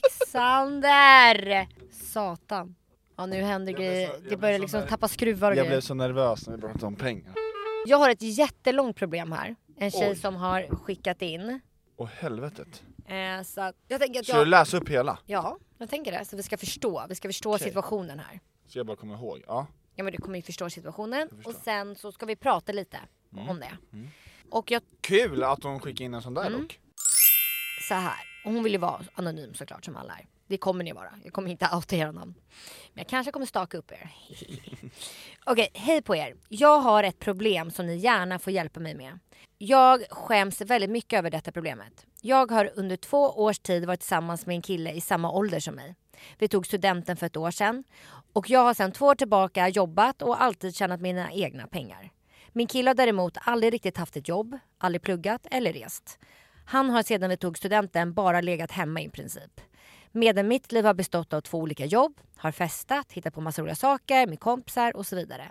Alexander! Satan. Ja, nu händer Jag blev grejer. så- jag Det blev börjar så liksom nerv- tappa skruvar och Jag blev grejer. så nervös när vi pratade om pengar. Jag har ett jättelångt problem här. En tjej Oj. som har skickat in. Åh helvetet. Eh, så att jag tänker att Ska du jag... läsa upp hela? Ja, jag tänker det. Så vi ska förstå. Vi ska förstå Okej. situationen här. Så jag bara kommer ihåg. Ja. Ja, men du kommer ju förstå situationen. förstår. Och sen så ska vi prata lite Mm. om det. Mm. Och jag... Kul att hon skickade in en sån där Mm. dock. Så här. Och hon vill ju vara anonym såklart som alla är. Det kommer ni vara. Jag kommer inte outa era namn. Men jag kanske kommer staka upp er. Okej, hej på er. Jag har ett problem som ni gärna får hjälpa mig med. Jag skäms väldigt mycket över detta problemet. Jag har under två års tid varit tillsammans med en kille i samma ålder som mig. Vi tog studenten för ett år sedan. Och jag har sedan två år tillbaka jobbat och alltid tjänat mina egna pengar. Min kille har däremot aldrig riktigt haft ett jobb, aldrig pluggat eller rest. Han har sedan vi tog studenten bara legat hemma i princip. Medan mitt liv har bestått av två olika jobb, har festat, hittat på massa roliga saker med kompisar och så vidare.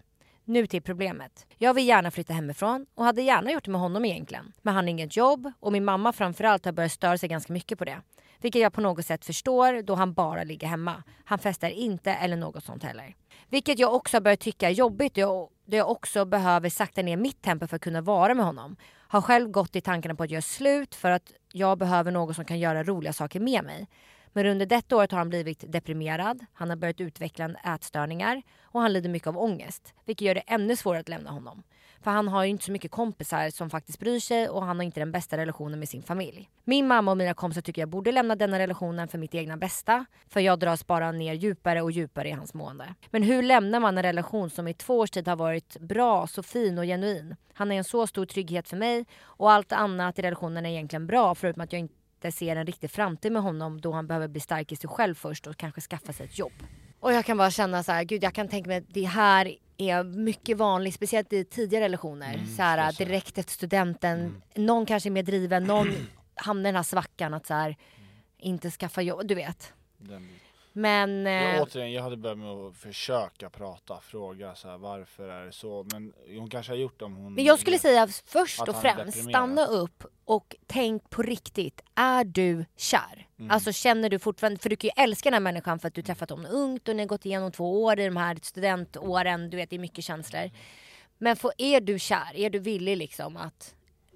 Nu till problemet. Jag vill gärna flytta hemifrån och hade gärna gjort det med honom egentligen. Men han har inget jobb och min mamma framförallt har börjat störa sig ganska mycket på det. Vilket jag på något sätt förstår då han bara ligger hemma. Han festar inte eller något sånt heller. Vilket jag också har börjat tycka är jobbigt då jag också behöver sakta ner mitt tempo för att kunna vara med honom. Har själv gått i tankarna på att göra slut för att jag behöver någon som kan göra roliga saker med mig. Men under detta året har han blivit deprimerad, han har börjat utveckla ätstörningar och han lider mycket av ångest. Vilket gör det ännu svårare att lämna honom. För han har ju inte så mycket kompisar som faktiskt bryr sig och han har inte den bästa relationen med sin familj. Min mamma och mina kompisar tycker jag borde lämna denna relationen för mitt egna bästa. För jag dras bara ner djupare och djupare i hans mående. Men hur lämnar man en relation som i två års tid har varit bra, så fin och genuin? Han är en så stor trygghet för mig och allt annat i relationen är egentligen bra förutom att jag inte jag ser en riktig framtid med honom då han behöver bli stark i sig själv först och kanske skaffa sig ett jobb. Och jag kan bara känna så här, gud jag kan tänka mig att det här är mycket vanligt, speciellt i tidigare relationer. Mm, så här, så direkt efter studenten, mm. någon kanske är mer driven, någon hamnar i den här svackan att så här, inte skaffa jobb, du vet. Den. Men jag, äh, återigen, jag hade börjat med att försöka prata, fråga så här, varför är det så, men hon kanske har gjort det om hon. Men jag skulle säga först och främst stanna upp och tänk på riktigt, är du kär? Mm. Alltså känner du fortfarande, för du kan ju älska den här människan för att du träffat honom ungt och ni har gått igenom två år i de här studentåren, du vet det är mycket känslor. Men för, är du kär, är du villig liksom att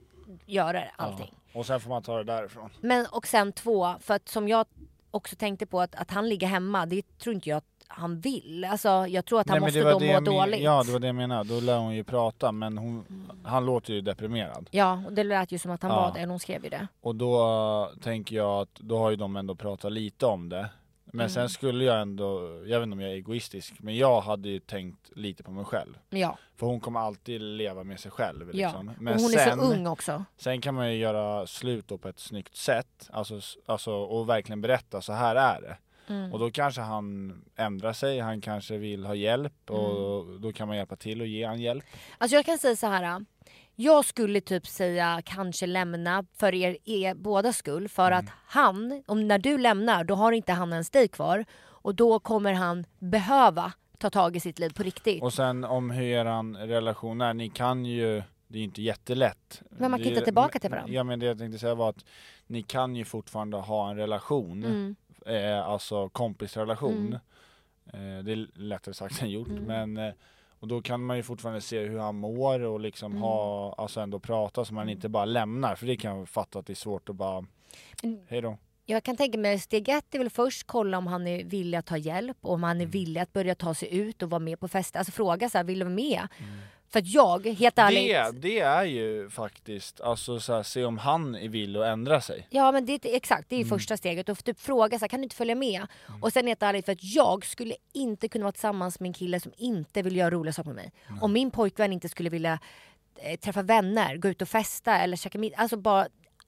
göra allting? Ja. Och sen får man ta det därifrån. Men och sen två, för att som jag också tänkte på att, att han ligger hemma, det tror inte jag att han vill. Alltså jag tror att han Nej, måste då må dåligt. Ja, det var det jag menade. Då lär hon ju prata, men hon, mm. han låter ju deprimerad. Ja, och det lät ju som att han ja. var det, hon skrev ju det. Och då uh, tänker jag att då har ju de ändå pratat lite om det. Men mm. sen skulle jag ändå, jag vet inte om jag är egoistisk, men jag hade ju tänkt lite på mig själv. Ja. För hon kommer alltid leva med sig själv. Liksom. Ja. Men och hon sen, är så ung också. Sen kan man ju göra slut på ett snyggt sätt. Alltså, alltså, och verkligen berätta, så här är det. Mm. Och då kanske han ändrar sig, han kanske vill ha hjälp och mm. då kan man hjälpa till och ge han hjälp. Alltså jag kan säga så här. Jag skulle typ säga kanske lämna för er, er båda skull. För mm. att han, om när du lämnar, då har inte han en dig kvar. Och då kommer han behöva ta tag i sitt liv på riktigt. Och sen om hur er relation är, ni kan ju, det är inte jättelätt. Men man kan hitta tillbaka till varandra. Ja, men det jag tänkte säga var att ni kan ju fortfarande ha en relation. Mm. Eh, alltså kompisrelation. Mm. Eh, det är lättare sagt än gjort. Mm. Men... Eh, Och då kan man ju fortfarande se hur han mår och liksom mm. ha, alltså ändå prata så man inte bara lämnar. För det kan jag fatta att det är svårt att bara, hej då. Jag kan tänka mig steg ett är väl först kolla om han är villig att ta hjälp. Och om han är villig att börja ta sig ut och vara med på fester. Alltså fråga så här, vill du vara med? Mm. För att jag, helt ärligt... Det, det är ju faktiskt, alltså så här, se om han är villig att ändra sig. Ja men det är exakt, det är mm. första steget. Och typ fråga så här, kan du inte följa med? Mm. Och sen helt ärligt, för att jag skulle inte kunna vara tillsammans med en kille som inte vill göra roliga saker med mig. Mm. Om min pojkvän inte skulle vilja eh, träffa vänner, gå ut och festa eller käka middag. Alltså bara,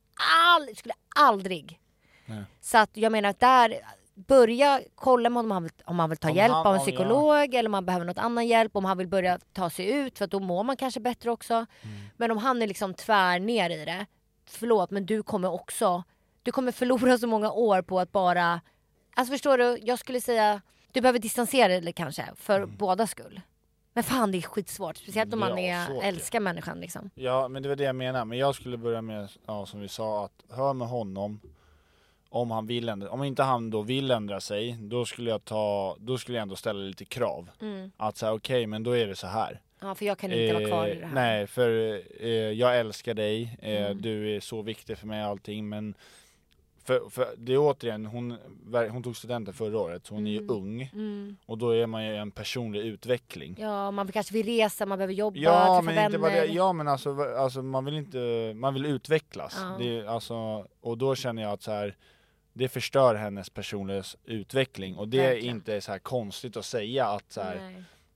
all, skulle aldrig. Nej. Så att jag menar att där... Börja kolla med om han vill, om han vill ta om hjälp han, av en psykolog jag... eller om han behöver något annan hjälp, om han vill börja ta sig ut för att då mår man kanske bättre också. Mm. Men om han är liksom tvär ner i det, förlåt men du kommer också du kommer förlora så många år på att bara, alltså förstår du, jag skulle säga du behöver distansera dig kanske för mm. båda skull. Men fan det är skitsvårt, speciellt om ja, man är, älskar människan liksom. Ja men det var det jag menar, men jag skulle börja med, ja, som vi sa, att hör med honom. Om han vill ändra, om inte han då vill ändra sig, då skulle jag ta, då skulle jag ändå ställa lite krav. Mm. Att säga okej, okay, men då är det så här. Ja, för jag kan inte eh, vara kvar i det här. Nej, för eh, jag älskar dig. Eh, mm. Du är så viktig för mig allting, men för, för det är återigen, hon, hon tog studenten förra året, hon mm. är ju ung. Mm. Och då är man ju en personlig utveckling. Ja, man kanske vill resa, man behöver jobba, ja, träffa men vänner. Inte bara det, ja, men alltså, alltså man vill inte, man vill utvecklas. Ja. Det, alltså, och då känner jag att så här, det förstör hennes personliga utveckling. Och det Verkligen. är inte så här konstigt att säga att så här,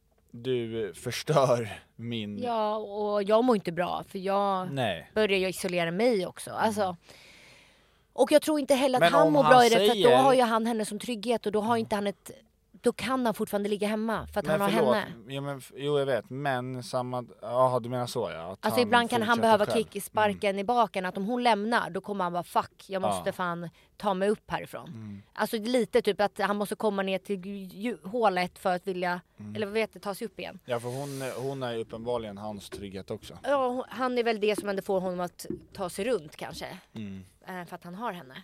du förstör min... Ja, och jag mår inte bra. För jag Nej. börjar ju isolera mig också. Alltså, mm. Och jag tror inte heller att han mår han bra i det. Säger... För då har ju han henne som trygghet. Och då har inte han ett då kan han fortfarande ligga hemma för att Men han har förlåt, henne. jo, men, jo jag vet, men samma, ja du menar så ja. Att Alltså han ibland kan han fortsätter behöva själv. kick sparken Mm. i baken, att om hon lämnar då kommer han bara fuck, jag måste Ja. fan ta mig upp härifrån. Mm. Alltså lite typ att han måste komma ner till ju- hålet för att vilja, Mm. eller vad vet du, ta sig upp igen. Ja för hon, hon är ju uppenbarligen hans trygghet också. Ja, han är väl det som ändå får honom att ta sig runt kanske. Mm. Eh, För att han har henne.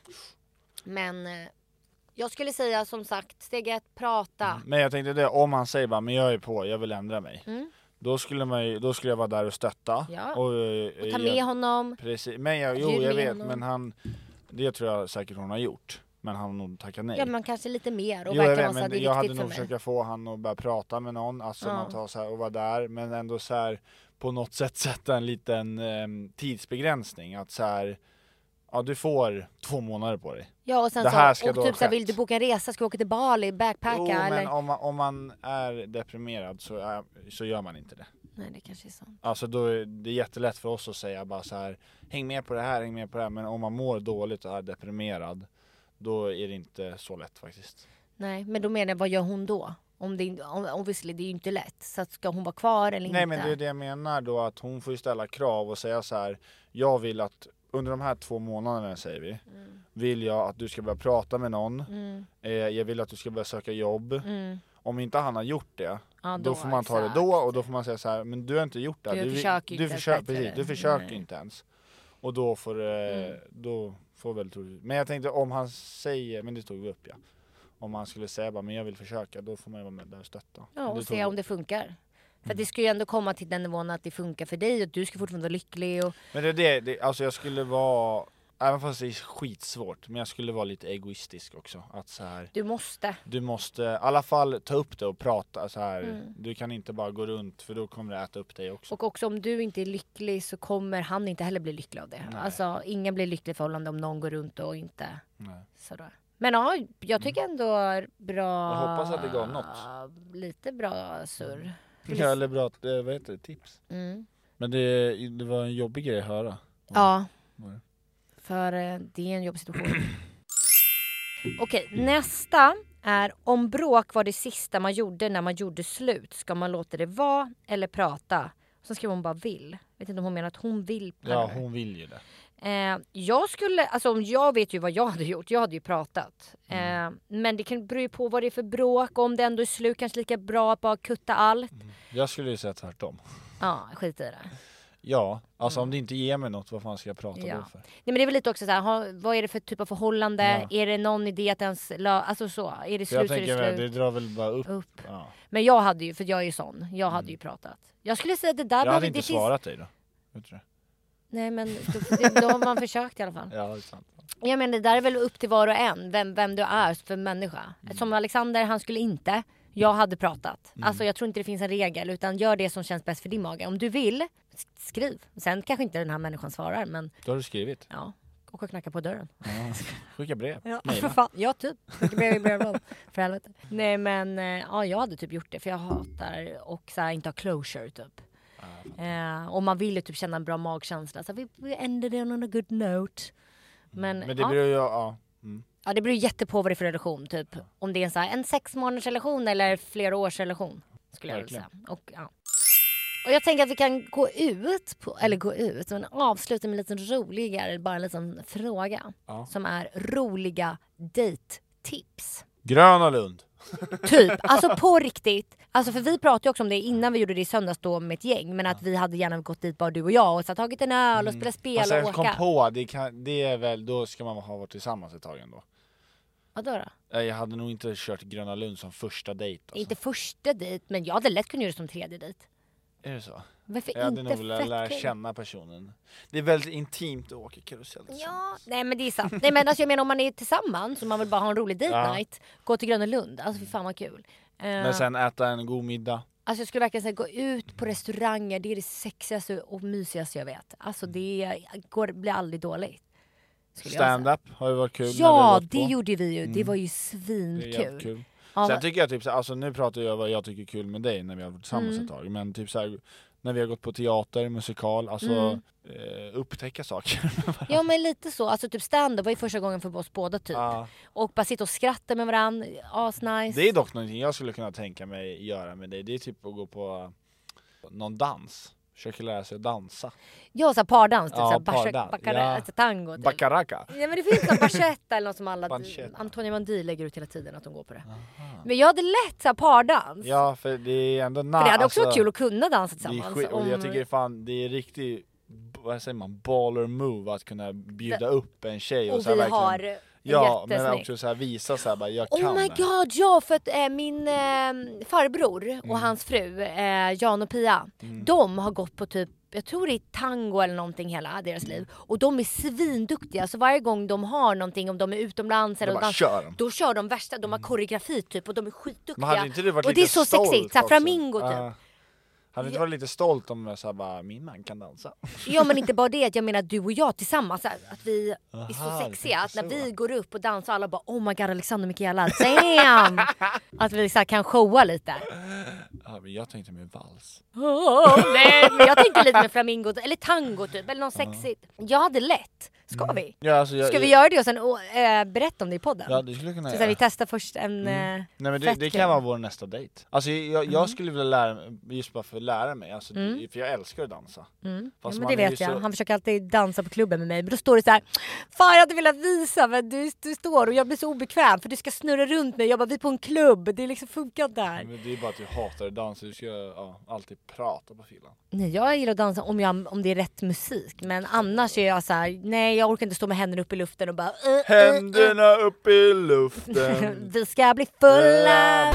Men eh, jag skulle säga som sagt, steg ett, prata. Men jag tänkte det, om han säger bara, men jag är på, jag vill ändra mig. Mm. Då skulle, man, ju- då skulle jag vara där och stötta. Ja. Och, Och ta med honom. Precis, men jag, jo Bjud jag med vet, honom. men han, det tror jag säkert hon har gjort. Men han har nog tackat nej. Ja, men kanske lite mer. Och Jo, jag verkligen vet, vara så här, det men är jag hade viktigt för nog mig. försöka få han att börja prata med någon, alltså Ja. man tar så här och vara där, men ändå så här på något sätt sätta en liten eh, tidsbegränsning, att så här, ja du får två månader på dig. Ja, och sen Det här ska så, och då ha typ så här, vill skett. du boka en resa, ska vi åka till Bali, backpacka Jo, men eller? om man, om man är deprimerad så, är, så gör man inte det. Nej, det kanske är sant. Alltså då är det jättelätt för oss att säga bara så här, häng med på det här, häng med på det här, men om man mår dåligt och är deprimerad, då är det inte så lätt faktiskt. Nej, men då menar jag, vad gör hon då? Om det, inte- om, obviously, det är ju inte lätt. Så att ska hon vara kvar eller Nej inte? men det är det jag menar då, att hon får ju ställa krav och säga så här, jag vill att under de här två månaderna säger vi, Mm. vill jag att du ska börja prata med någon, Mm. eh, jag vill att du ska börja söka jobb. Mm. Om inte han har gjort det, Ja, då, får man ta det då, och då får man säga så här, men du har inte gjort det. Du du, försöker du, inte försöker, ens bättre. precis, du försöker Nej. inte ens. Och då får eh, Mm. då får väl troligtvis. Men jag tänkte om han säger, men det tog vi upp ja. Om han skulle säga bara, men jag vill försöka, då får man ju vara med där och stötta. Ja, Men och det se tog om vi. det funkar. För Mm. det ska ju ändå komma till den nivån att det funkar för dig och du ska fortfarande vara lycklig. Och... Men det är det, det, alltså jag skulle vara, även fast det är skitsvårt, men jag skulle vara lite egoistisk också. Att så här, Du måste. du måste i alla fall ta upp det och prata så här. Mm. Du kan inte bara gå runt, för då kommer det äta upp dig också. Och också om du inte är lycklig så kommer han inte heller bli lycklig av det. Nej. Alltså ingen blir lycklig i förhållande om någon går runt och inte Nej. sådär. Men ja, jag tycker ändå bra... Jag hoppas att det gav något. Lite bra surr. Ja, eller bra, eh, vad heter det, tips. Mm. Men det, det var en jobbig grej att höra. Ja, Var det? för eh, det är en jobbig situation. Okej, nästa är om bråk var det sista man gjorde när man gjorde slut. Ska man låta det vara eller prata? Sen skriver hon bara vill. Vet inte om hon menar att hon vill. Ja, hon vill ju det. Eh, jag skulle, alltså om jag vet ju vad jag hade gjort. Jag hade ju pratat. Mm. Eh, men det kan bero på vad det är för bråk. Och om det ändå är slut kanske lika bra att bara kutta allt. Jag skulle ju säga tvärtom. Ja, skit i det. Ja, alltså om det inte ger mig något, vad fan ska jag prata Ja. då för? Nej men det är väl lite också så här, ha, vad är det för typ av förhållande? Ja. Är det någon idé att ens, lö- alltså så, är det För jag slut så är det tänker väl, slut. det drar väl bara upp. Upp. Ja. Men jag hade ju, för jag är ju sån, jag hade ju pratat. Jag skulle säga att det där Jag behöver- hade inte det finns- svarat dig då. Vet du det? Nej men då, det, då har man försökt i alla fall. Ja, det är sant. Jag menar det där är väl upp till var och en, vem, vem du är för människa. Mm. Som Alexander, han skulle inte. Jag hade pratat. Alltså jag tror inte det finns en regel, utan gör det som känns bäst för din mage. Om du vill, sk- skriv. Sen kanske inte den här människan svarar, men Då har du skrivit. ja, och och knacka på dörren. Ja. Skicka brev. Ja, Mejla. för fan. Ja, typ. Skicka brev i brevlådan. För helvete. Nej, men eh, ja, jag hade typ gjort det. För jag hatar och så här, inte ha closure, typ. Eh, och man vill ju typ känna en bra magkänsla. Så vi, vi ended it on a good note. Men, Men det ja, beror ju, ja. Mm. ja, det beror ju jätte på vad det är för relation, typ. Om det är en, så här, en sex månaders relation eller flera års relation. Skulle jag vilja säga. Och, ja. Och jag tänker att vi kan gå ut, på, eller gå ut, och avsluta med en liten roligare, bara en liten fråga. Ja. Som är roliga dejttips. Gröna Lund. Typ, alltså på riktigt. Alltså för vi pratade ju också om det innan vi gjorde det i söndags då med ett gäng. Men att vi hade gärna gått dit bara du och jag och så tagit en öl och spelat spel Alltså och jag kom åka. på, det, kan, det är väl, då ska man ha varit tillsammans ett tag ändå. Vadå då? Eh, Jag hade nog inte kört Gröna Lund som första dejt. Alltså. Inte första dejt, men jag hade lätt kunnat göra det som tredje dejt. Är det så? Varför Jag hade inte nog velat lära fett kul? känna personen. Det är väldigt intimt att åka karusell. Ja, nej men det är sant. Nej men alltså jag menar om man är tillsammans och man vill bara ha en rolig date Ja. night, gå till Gröna Lund. Alltså för fan vad kul. Eh, Men sen äta en god middag. Alltså jag skulle verkligen säga gå ut på restauranger, det är det sexigaste och mysigaste jag vet. Alltså det går, blir aldrig dåligt. skulle jag säga. Stand-up har ju varit kul. när vi har Ja, gått det på. gjorde vi ju. Det Mm. var ju Det är svinkul. jävligt kul. Ja, Sen va- tycker jag typ så, alltså nu pratar jag vad jag tycker är kul med dig när vi har varit tillsammans Mm. ett tag. Men typ så här, när vi har gått på teater, musikal, alltså Mm. eh, upptäcka saker. Ja men lite så, alltså typ stand-up var ju första gången för oss båda typ. Ja. Och bara sitta och skratta med varandra, asnice. Det är dock någonting jag skulle kunna tänka mig göra med dig. Det är typ att gå på någon dans. Försöka lära sig att dansa. Ja, så här pardans, typ Ja, såhär basha- pardans. baccara- Ja. alltså tango typ. Bacaraca. Ja men det finns någon bachetta eller något som alla, Pancetta. Antonia Mandi lägger ut hela tiden att de går på det. Men jag hade lätt såhär pardans. Ja, för det är ändå na- För det hade också alltså, varit kul att kunna dansa det är tillsammans. skit, och jag om- tycker fan det är riktigt, vad säger man, baller move att kunna bjuda upp en tjej och, och så här vi verkligen, har ja, men jättesnyggt. också så här visa så här, bara, jag Oh kan my det. god, ja för att eh, min eh, farbror och Mm. hans fru, eh, Jan och Pia, de har gått på typ, jag tror det är tango eller någonting hela deras Mm. liv. Och de är svinduktiga, så varje gång de har någonting, om de är utomlands eller Då bara dans, kör de. då kör de värsta, de har koreografi typ och de är skitduktiga. Men hade inte du varit och lite det är så stolt sexigt, såhär också? flamingo typ. Ja. Hade du inte varit lite stolt om jag sa bara, min man kan dansa? Ja men inte bara det, jag menar du och jag tillsammans, så här, att vi är Aha, så det sexiga, att när tänkte så. vi går upp och dansar alla bara oh my god Alexander Mikaela, damn! Att vi så här, kan showa lite. Ja, men jag tänkte med vals. Oh, nej, men jag tänkte lite med flamingo eller tango typ, eller något sexigt. Jag hade lätt. Ska vi? Ja, alltså, jag, Ska vi jag, göra det och sen oh, äh, berätta om det i podden? Ja, det skulle jag kunna så, så här, göra. vi testar först en mm. Nej men det, fett det kul. kan vara vår nästa dejt. Alltså jag, jag Mm. skulle vilja lära mig, just bara för att lära mig, alltså, Mm. för jag älskar att dansa. Mm. Ja, Fast men man det är vet ju jag. så- Han försöker alltid dansa på klubben med mig. Men då står det så här: fan jag hade velat visa men du, du står och jag blir så obekväm för du ska snurra runt mig. Jag bara, vi är på en klubb. Det är liksom funkar där. Men det är bara att du hatar att dansa, du ska ja, alltid prata på fyllan. Nej, jag gillar att dansa om, jag, om det är rätt musik. Men annars är jag så här: nej jag orkar inte stå med händerna upp i luften och bara uh, uh, uh. Händerna upp i luften. Vi ska bli fulla.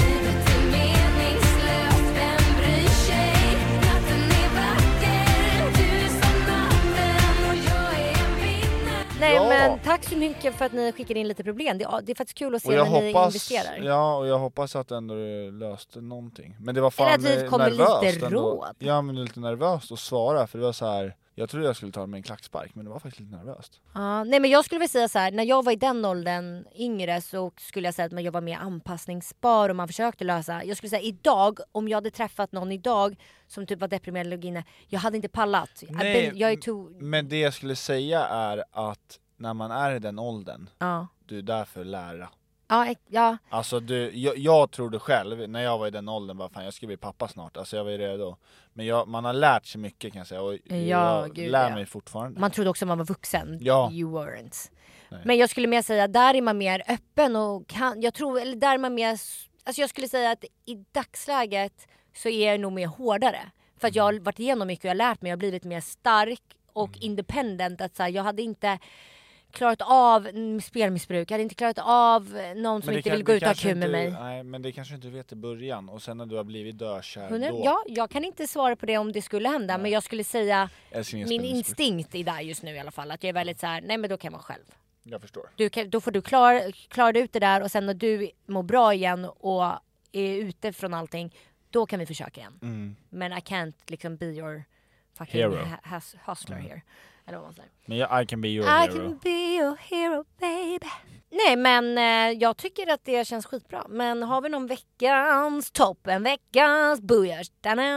Nej Ja. men tack så mycket för att ni skickade in lite problem. Det, det är faktiskt kul att se Och jag när ni hoppas, investerar. ja, och jag hoppas att ändå det löste någonting. Men det var fan Eller att vi eh, kom med nervöst lite ändå. råd. Ja, men lite nervöst att svara, för det var så här. Jag trodde jag skulle ta med en klackspark, men det var faktiskt lite nervöst. Ja, nej men jag skulle väl säga så här: när jag var i den åldern yngre så skulle jag säga att man- jag var mer anpassningsbar och man försökte lösa. Jag skulle säga idag, om jag hade träffat någon idag som typ var deprimerad eller låg inne, jag hade inte pallat. I've Nej, been- jag är too... Men det jag skulle säga är att när man är i den åldern, Ja. du är där för att lära. Ja, ex- ja. Alltså du, jag, jag trodde själv, när jag var i den åldern, bara fan jag ska bli pappa snart, alltså jag var ju redo. Men jag, man har lärt sig mycket kan jag säga, och Ja, jag gud, lär ja. mig fortfarande. Man trodde också man var vuxen. Ja. You weren't. Nej. Men jag skulle mer säga, där är man mer öppen och kan, jag tror, eller där är man mer, alltså jag skulle säga att i dagsläget så är jag nog mer hårdare. För att jag har varit igenom mycket och jag har lärt mig, jag har blivit mer stark och Mm. independent. Att så här, jag hade inte klarat av mm, spelmissbruk, jag hade inte klarat av någon som det inte kan- vill gå det ut och ha kanske kul med inte- mig. Nej, men det kanske inte vet i början, och sen när du har blivit dökär Hundra- då. Ja, jag kan inte svara på det om det skulle hända, men jag skulle säga Älskling, jag min spelar missbruk. instinkt är där just nu i alla fall. Att jag är väldigt så här: nej men då kan jag vara själv. Jag förstår. Du kan, då får du klara, klara ut det där och sen när du mår bra igen och är ute från allting, då kan vi försöka igen. Mm. Men I can't liksom be your fucking Hero. ha- has, hustler here. Eller vad man säger. Men jag, I can be your I hero. can be your hero baby. Nej men eh, jag tycker att det känns skitbra. Men har vi någon veckans topp, en veckans booyers.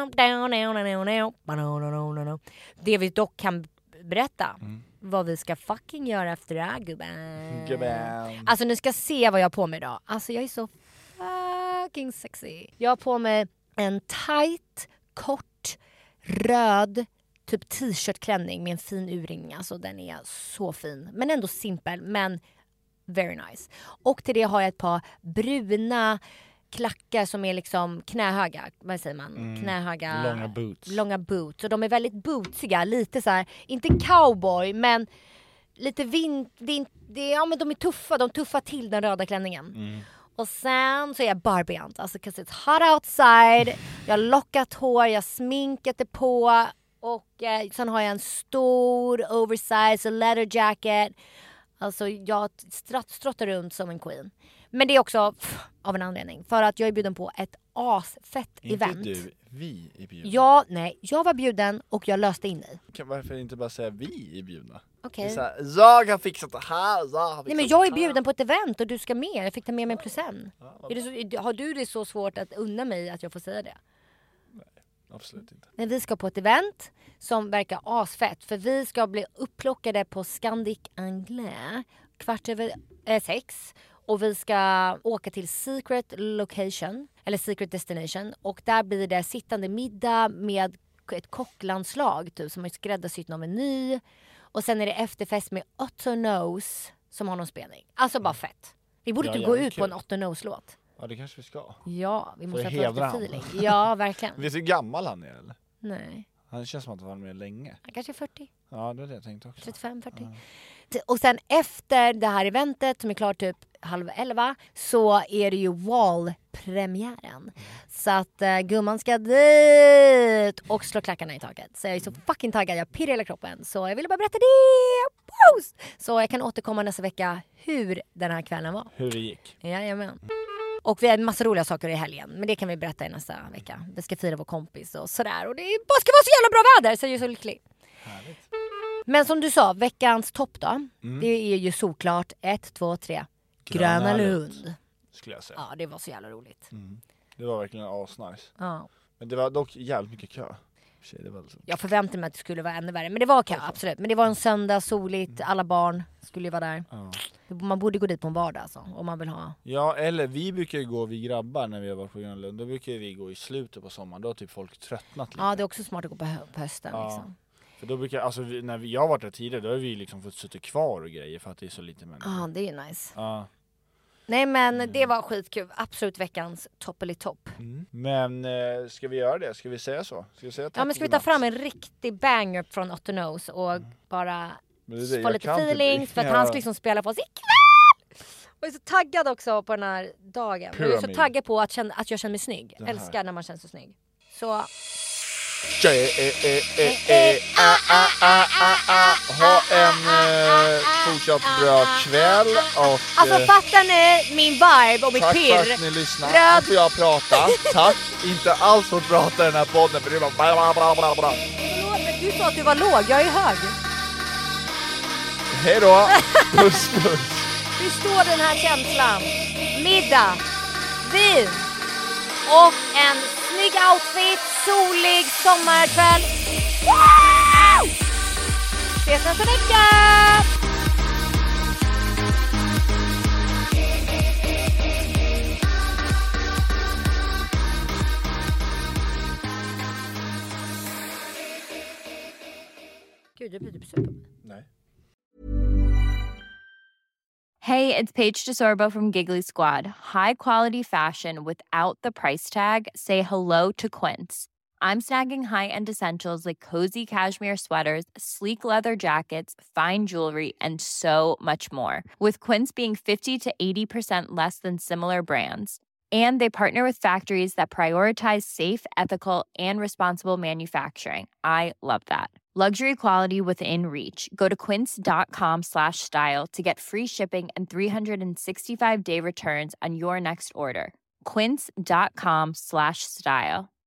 Det vi dock kan berätta Mm. vad vi ska fucking göra efter det här gubben. Gubben. Alltså ni ska se vad jag har på mig idag. Alltså jag är så fucking sexy. Jag har på mig en tight, kort, röd typ t-shirtklänning med en fin urringning. Alltså den är så fin. Men ändå simpel, men very nice. Och till det har jag ett par bruna klackar som är liksom knähöga. Vad säger man? Mm. Knähöga. Långa boots. Långa boots. Och de är väldigt bootsiga. Lite så här, inte cowboy, men lite vind... vind det, ja men de är tuffa. De tuffar till den röda klänningen. Mm. Och sen så är jag barbiant. Alltså 'cause it's hot outside. Jag har lockat hår, jag har sminkat det på. Och eh, sen har jag en stor oversize leather jacket. Alltså jag stratt, strottar runt som en queen. Men det är också pff, av en anledning. För att jag är bjuden på ett asfett Inte event. du, vi är bjudna. Ja, nej. Jag var bjuden och jag löste in dig. Kan, varför inte bara säga vi är bjudna? Okej. Det är så här, jag har fixat det här, jag har fixat Nej men jag är det här. bjuden på ett event och du ska med. Jag fick ta med mig plus en. Är det så, har du det så svårt att unna mig att jag får säga det? absolut inte. Men vi ska på ett event som verkar asfett. För vi ska bli upplockade på Scandic Anglais kvart över eh, sex. Och vi ska åka till Secret Location, eller Secret Destination. Och där blir det sittande middag med ett kocklandslag typ, som har skräddarsytt någon meny. Och sen är det efterfest med Otto Knows som har någon spelning. Alltså bara fett. Vi borde Ja, typ gå ut kul. på en Otto Knows-låt. Ja, det kanske vi ska. Ja, vi måste För ha att hedra lite han. feeling. Ja, verkligen. Vet du hur gammal han är eller? Nej, Han känns som att han var med länge. han kanske är fyrtio, Ja, det är det jag tänkte också. trettiofem, fyrtio. Och sen efter det här eventet som är klart typ halv elva så är det ju Wall-premiären. Så att uh, gumman ska dit och slå klackarna i taket. Så jag är så fucking taggad, jag pirrar hela kroppen. Så jag ville bara berätta det. Post! Så jag kan återkomma nästa vecka hur den här kvällen var. Hur det gick. Jajamän. Och vi har en massa roliga saker i helgen. Men det kan vi berätta i nästa vecka. Vi ska fira vår kompis och sådär. Och det bara ska vara så jävla bra väder. Så jag är så lycklig. Härligt. Men som du sa, veckans topp då. Mm. Det är ju såklart ett, två, tre. Gröna Gröna Lund. Lund. Skulle jag säga. Ja, det var så jävla roligt. Mm. Det var verkligen asnice. Ja. Men det var dock jävligt mycket kö. Tjej, det var alltså... Jag förväntade mig att det skulle vara ännu värre. Men det var kö, absolut. Men det var en söndag, soligt. Alla barn skulle ju vara där. Ja. Man borde gå dit på en vardag alltså, om man vill ha. Ja, eller vi brukar ju gå, vi grabbar när vi har varit på Gröna Lund. Då brukar vi gå i slutet på sommaren. Då har typ folk tröttnat lite. Ja, det är också smart att gå på, hö- på hösten Ja. liksom. För då brukar, alltså vi, när vi, jag har varit där tidigare, då har vi liksom fått sitta kvar och grejer för att det är så lite människor. Ja, det är ju nice. Ja. Nej men det var skitkul. Absolut veckans topp eller topp. Mm. Men eh, ska vi göra det? Ska vi säga så? Ska vi säga tack Ja men ska vi ta fram en riktig banger från Otto Knows och bara Men det är det, få jag lite kan typ- feelings för att ja. han ska liksom spela för oss ikväll! Och jag är så taggad också på den här dagen. Och jag är så Pyramid. taggad på att, känna, att jag känner mig snygg. Det här. Älskar när man känns så snygg. Så Tjej, eh, eh, eh, eh, ah, ah, ah, ah, ah. Ha en eh, fortsatt bra kväll och alltså eh, fattar ni min vibe och mitt tack pirr? för att ni lyssnar. Röd- Nu får jag prata. Tack. Inte alls för att prata i den här podden för det var bla bla bla bla bla. Förlåt, men du sa att du var låg, jag är hög. Hej då. Puss puss. Förstår den här känslan. Middag, vin och en snygg outfit, solig sommarkväll. Wow! Ses nästa vecka! Gud, du blir typ super. Nej. Hey, it's Paige DeSorbo from Giggly Squad. High quality fashion without the price tag. Say hello to Quince. I'm snagging high-end essentials like cozy cashmere sweaters, sleek leather jackets, fine jewelry, and so much more. With Quince being fifty to eighty percent less than similar brands. And they partner with factories that prioritize safe, ethical, and responsible manufacturing. I love that. Luxury quality within reach. Go to quince.com slash style to get free shipping and three sixty-five day returns on your next order. Quince.com slash style.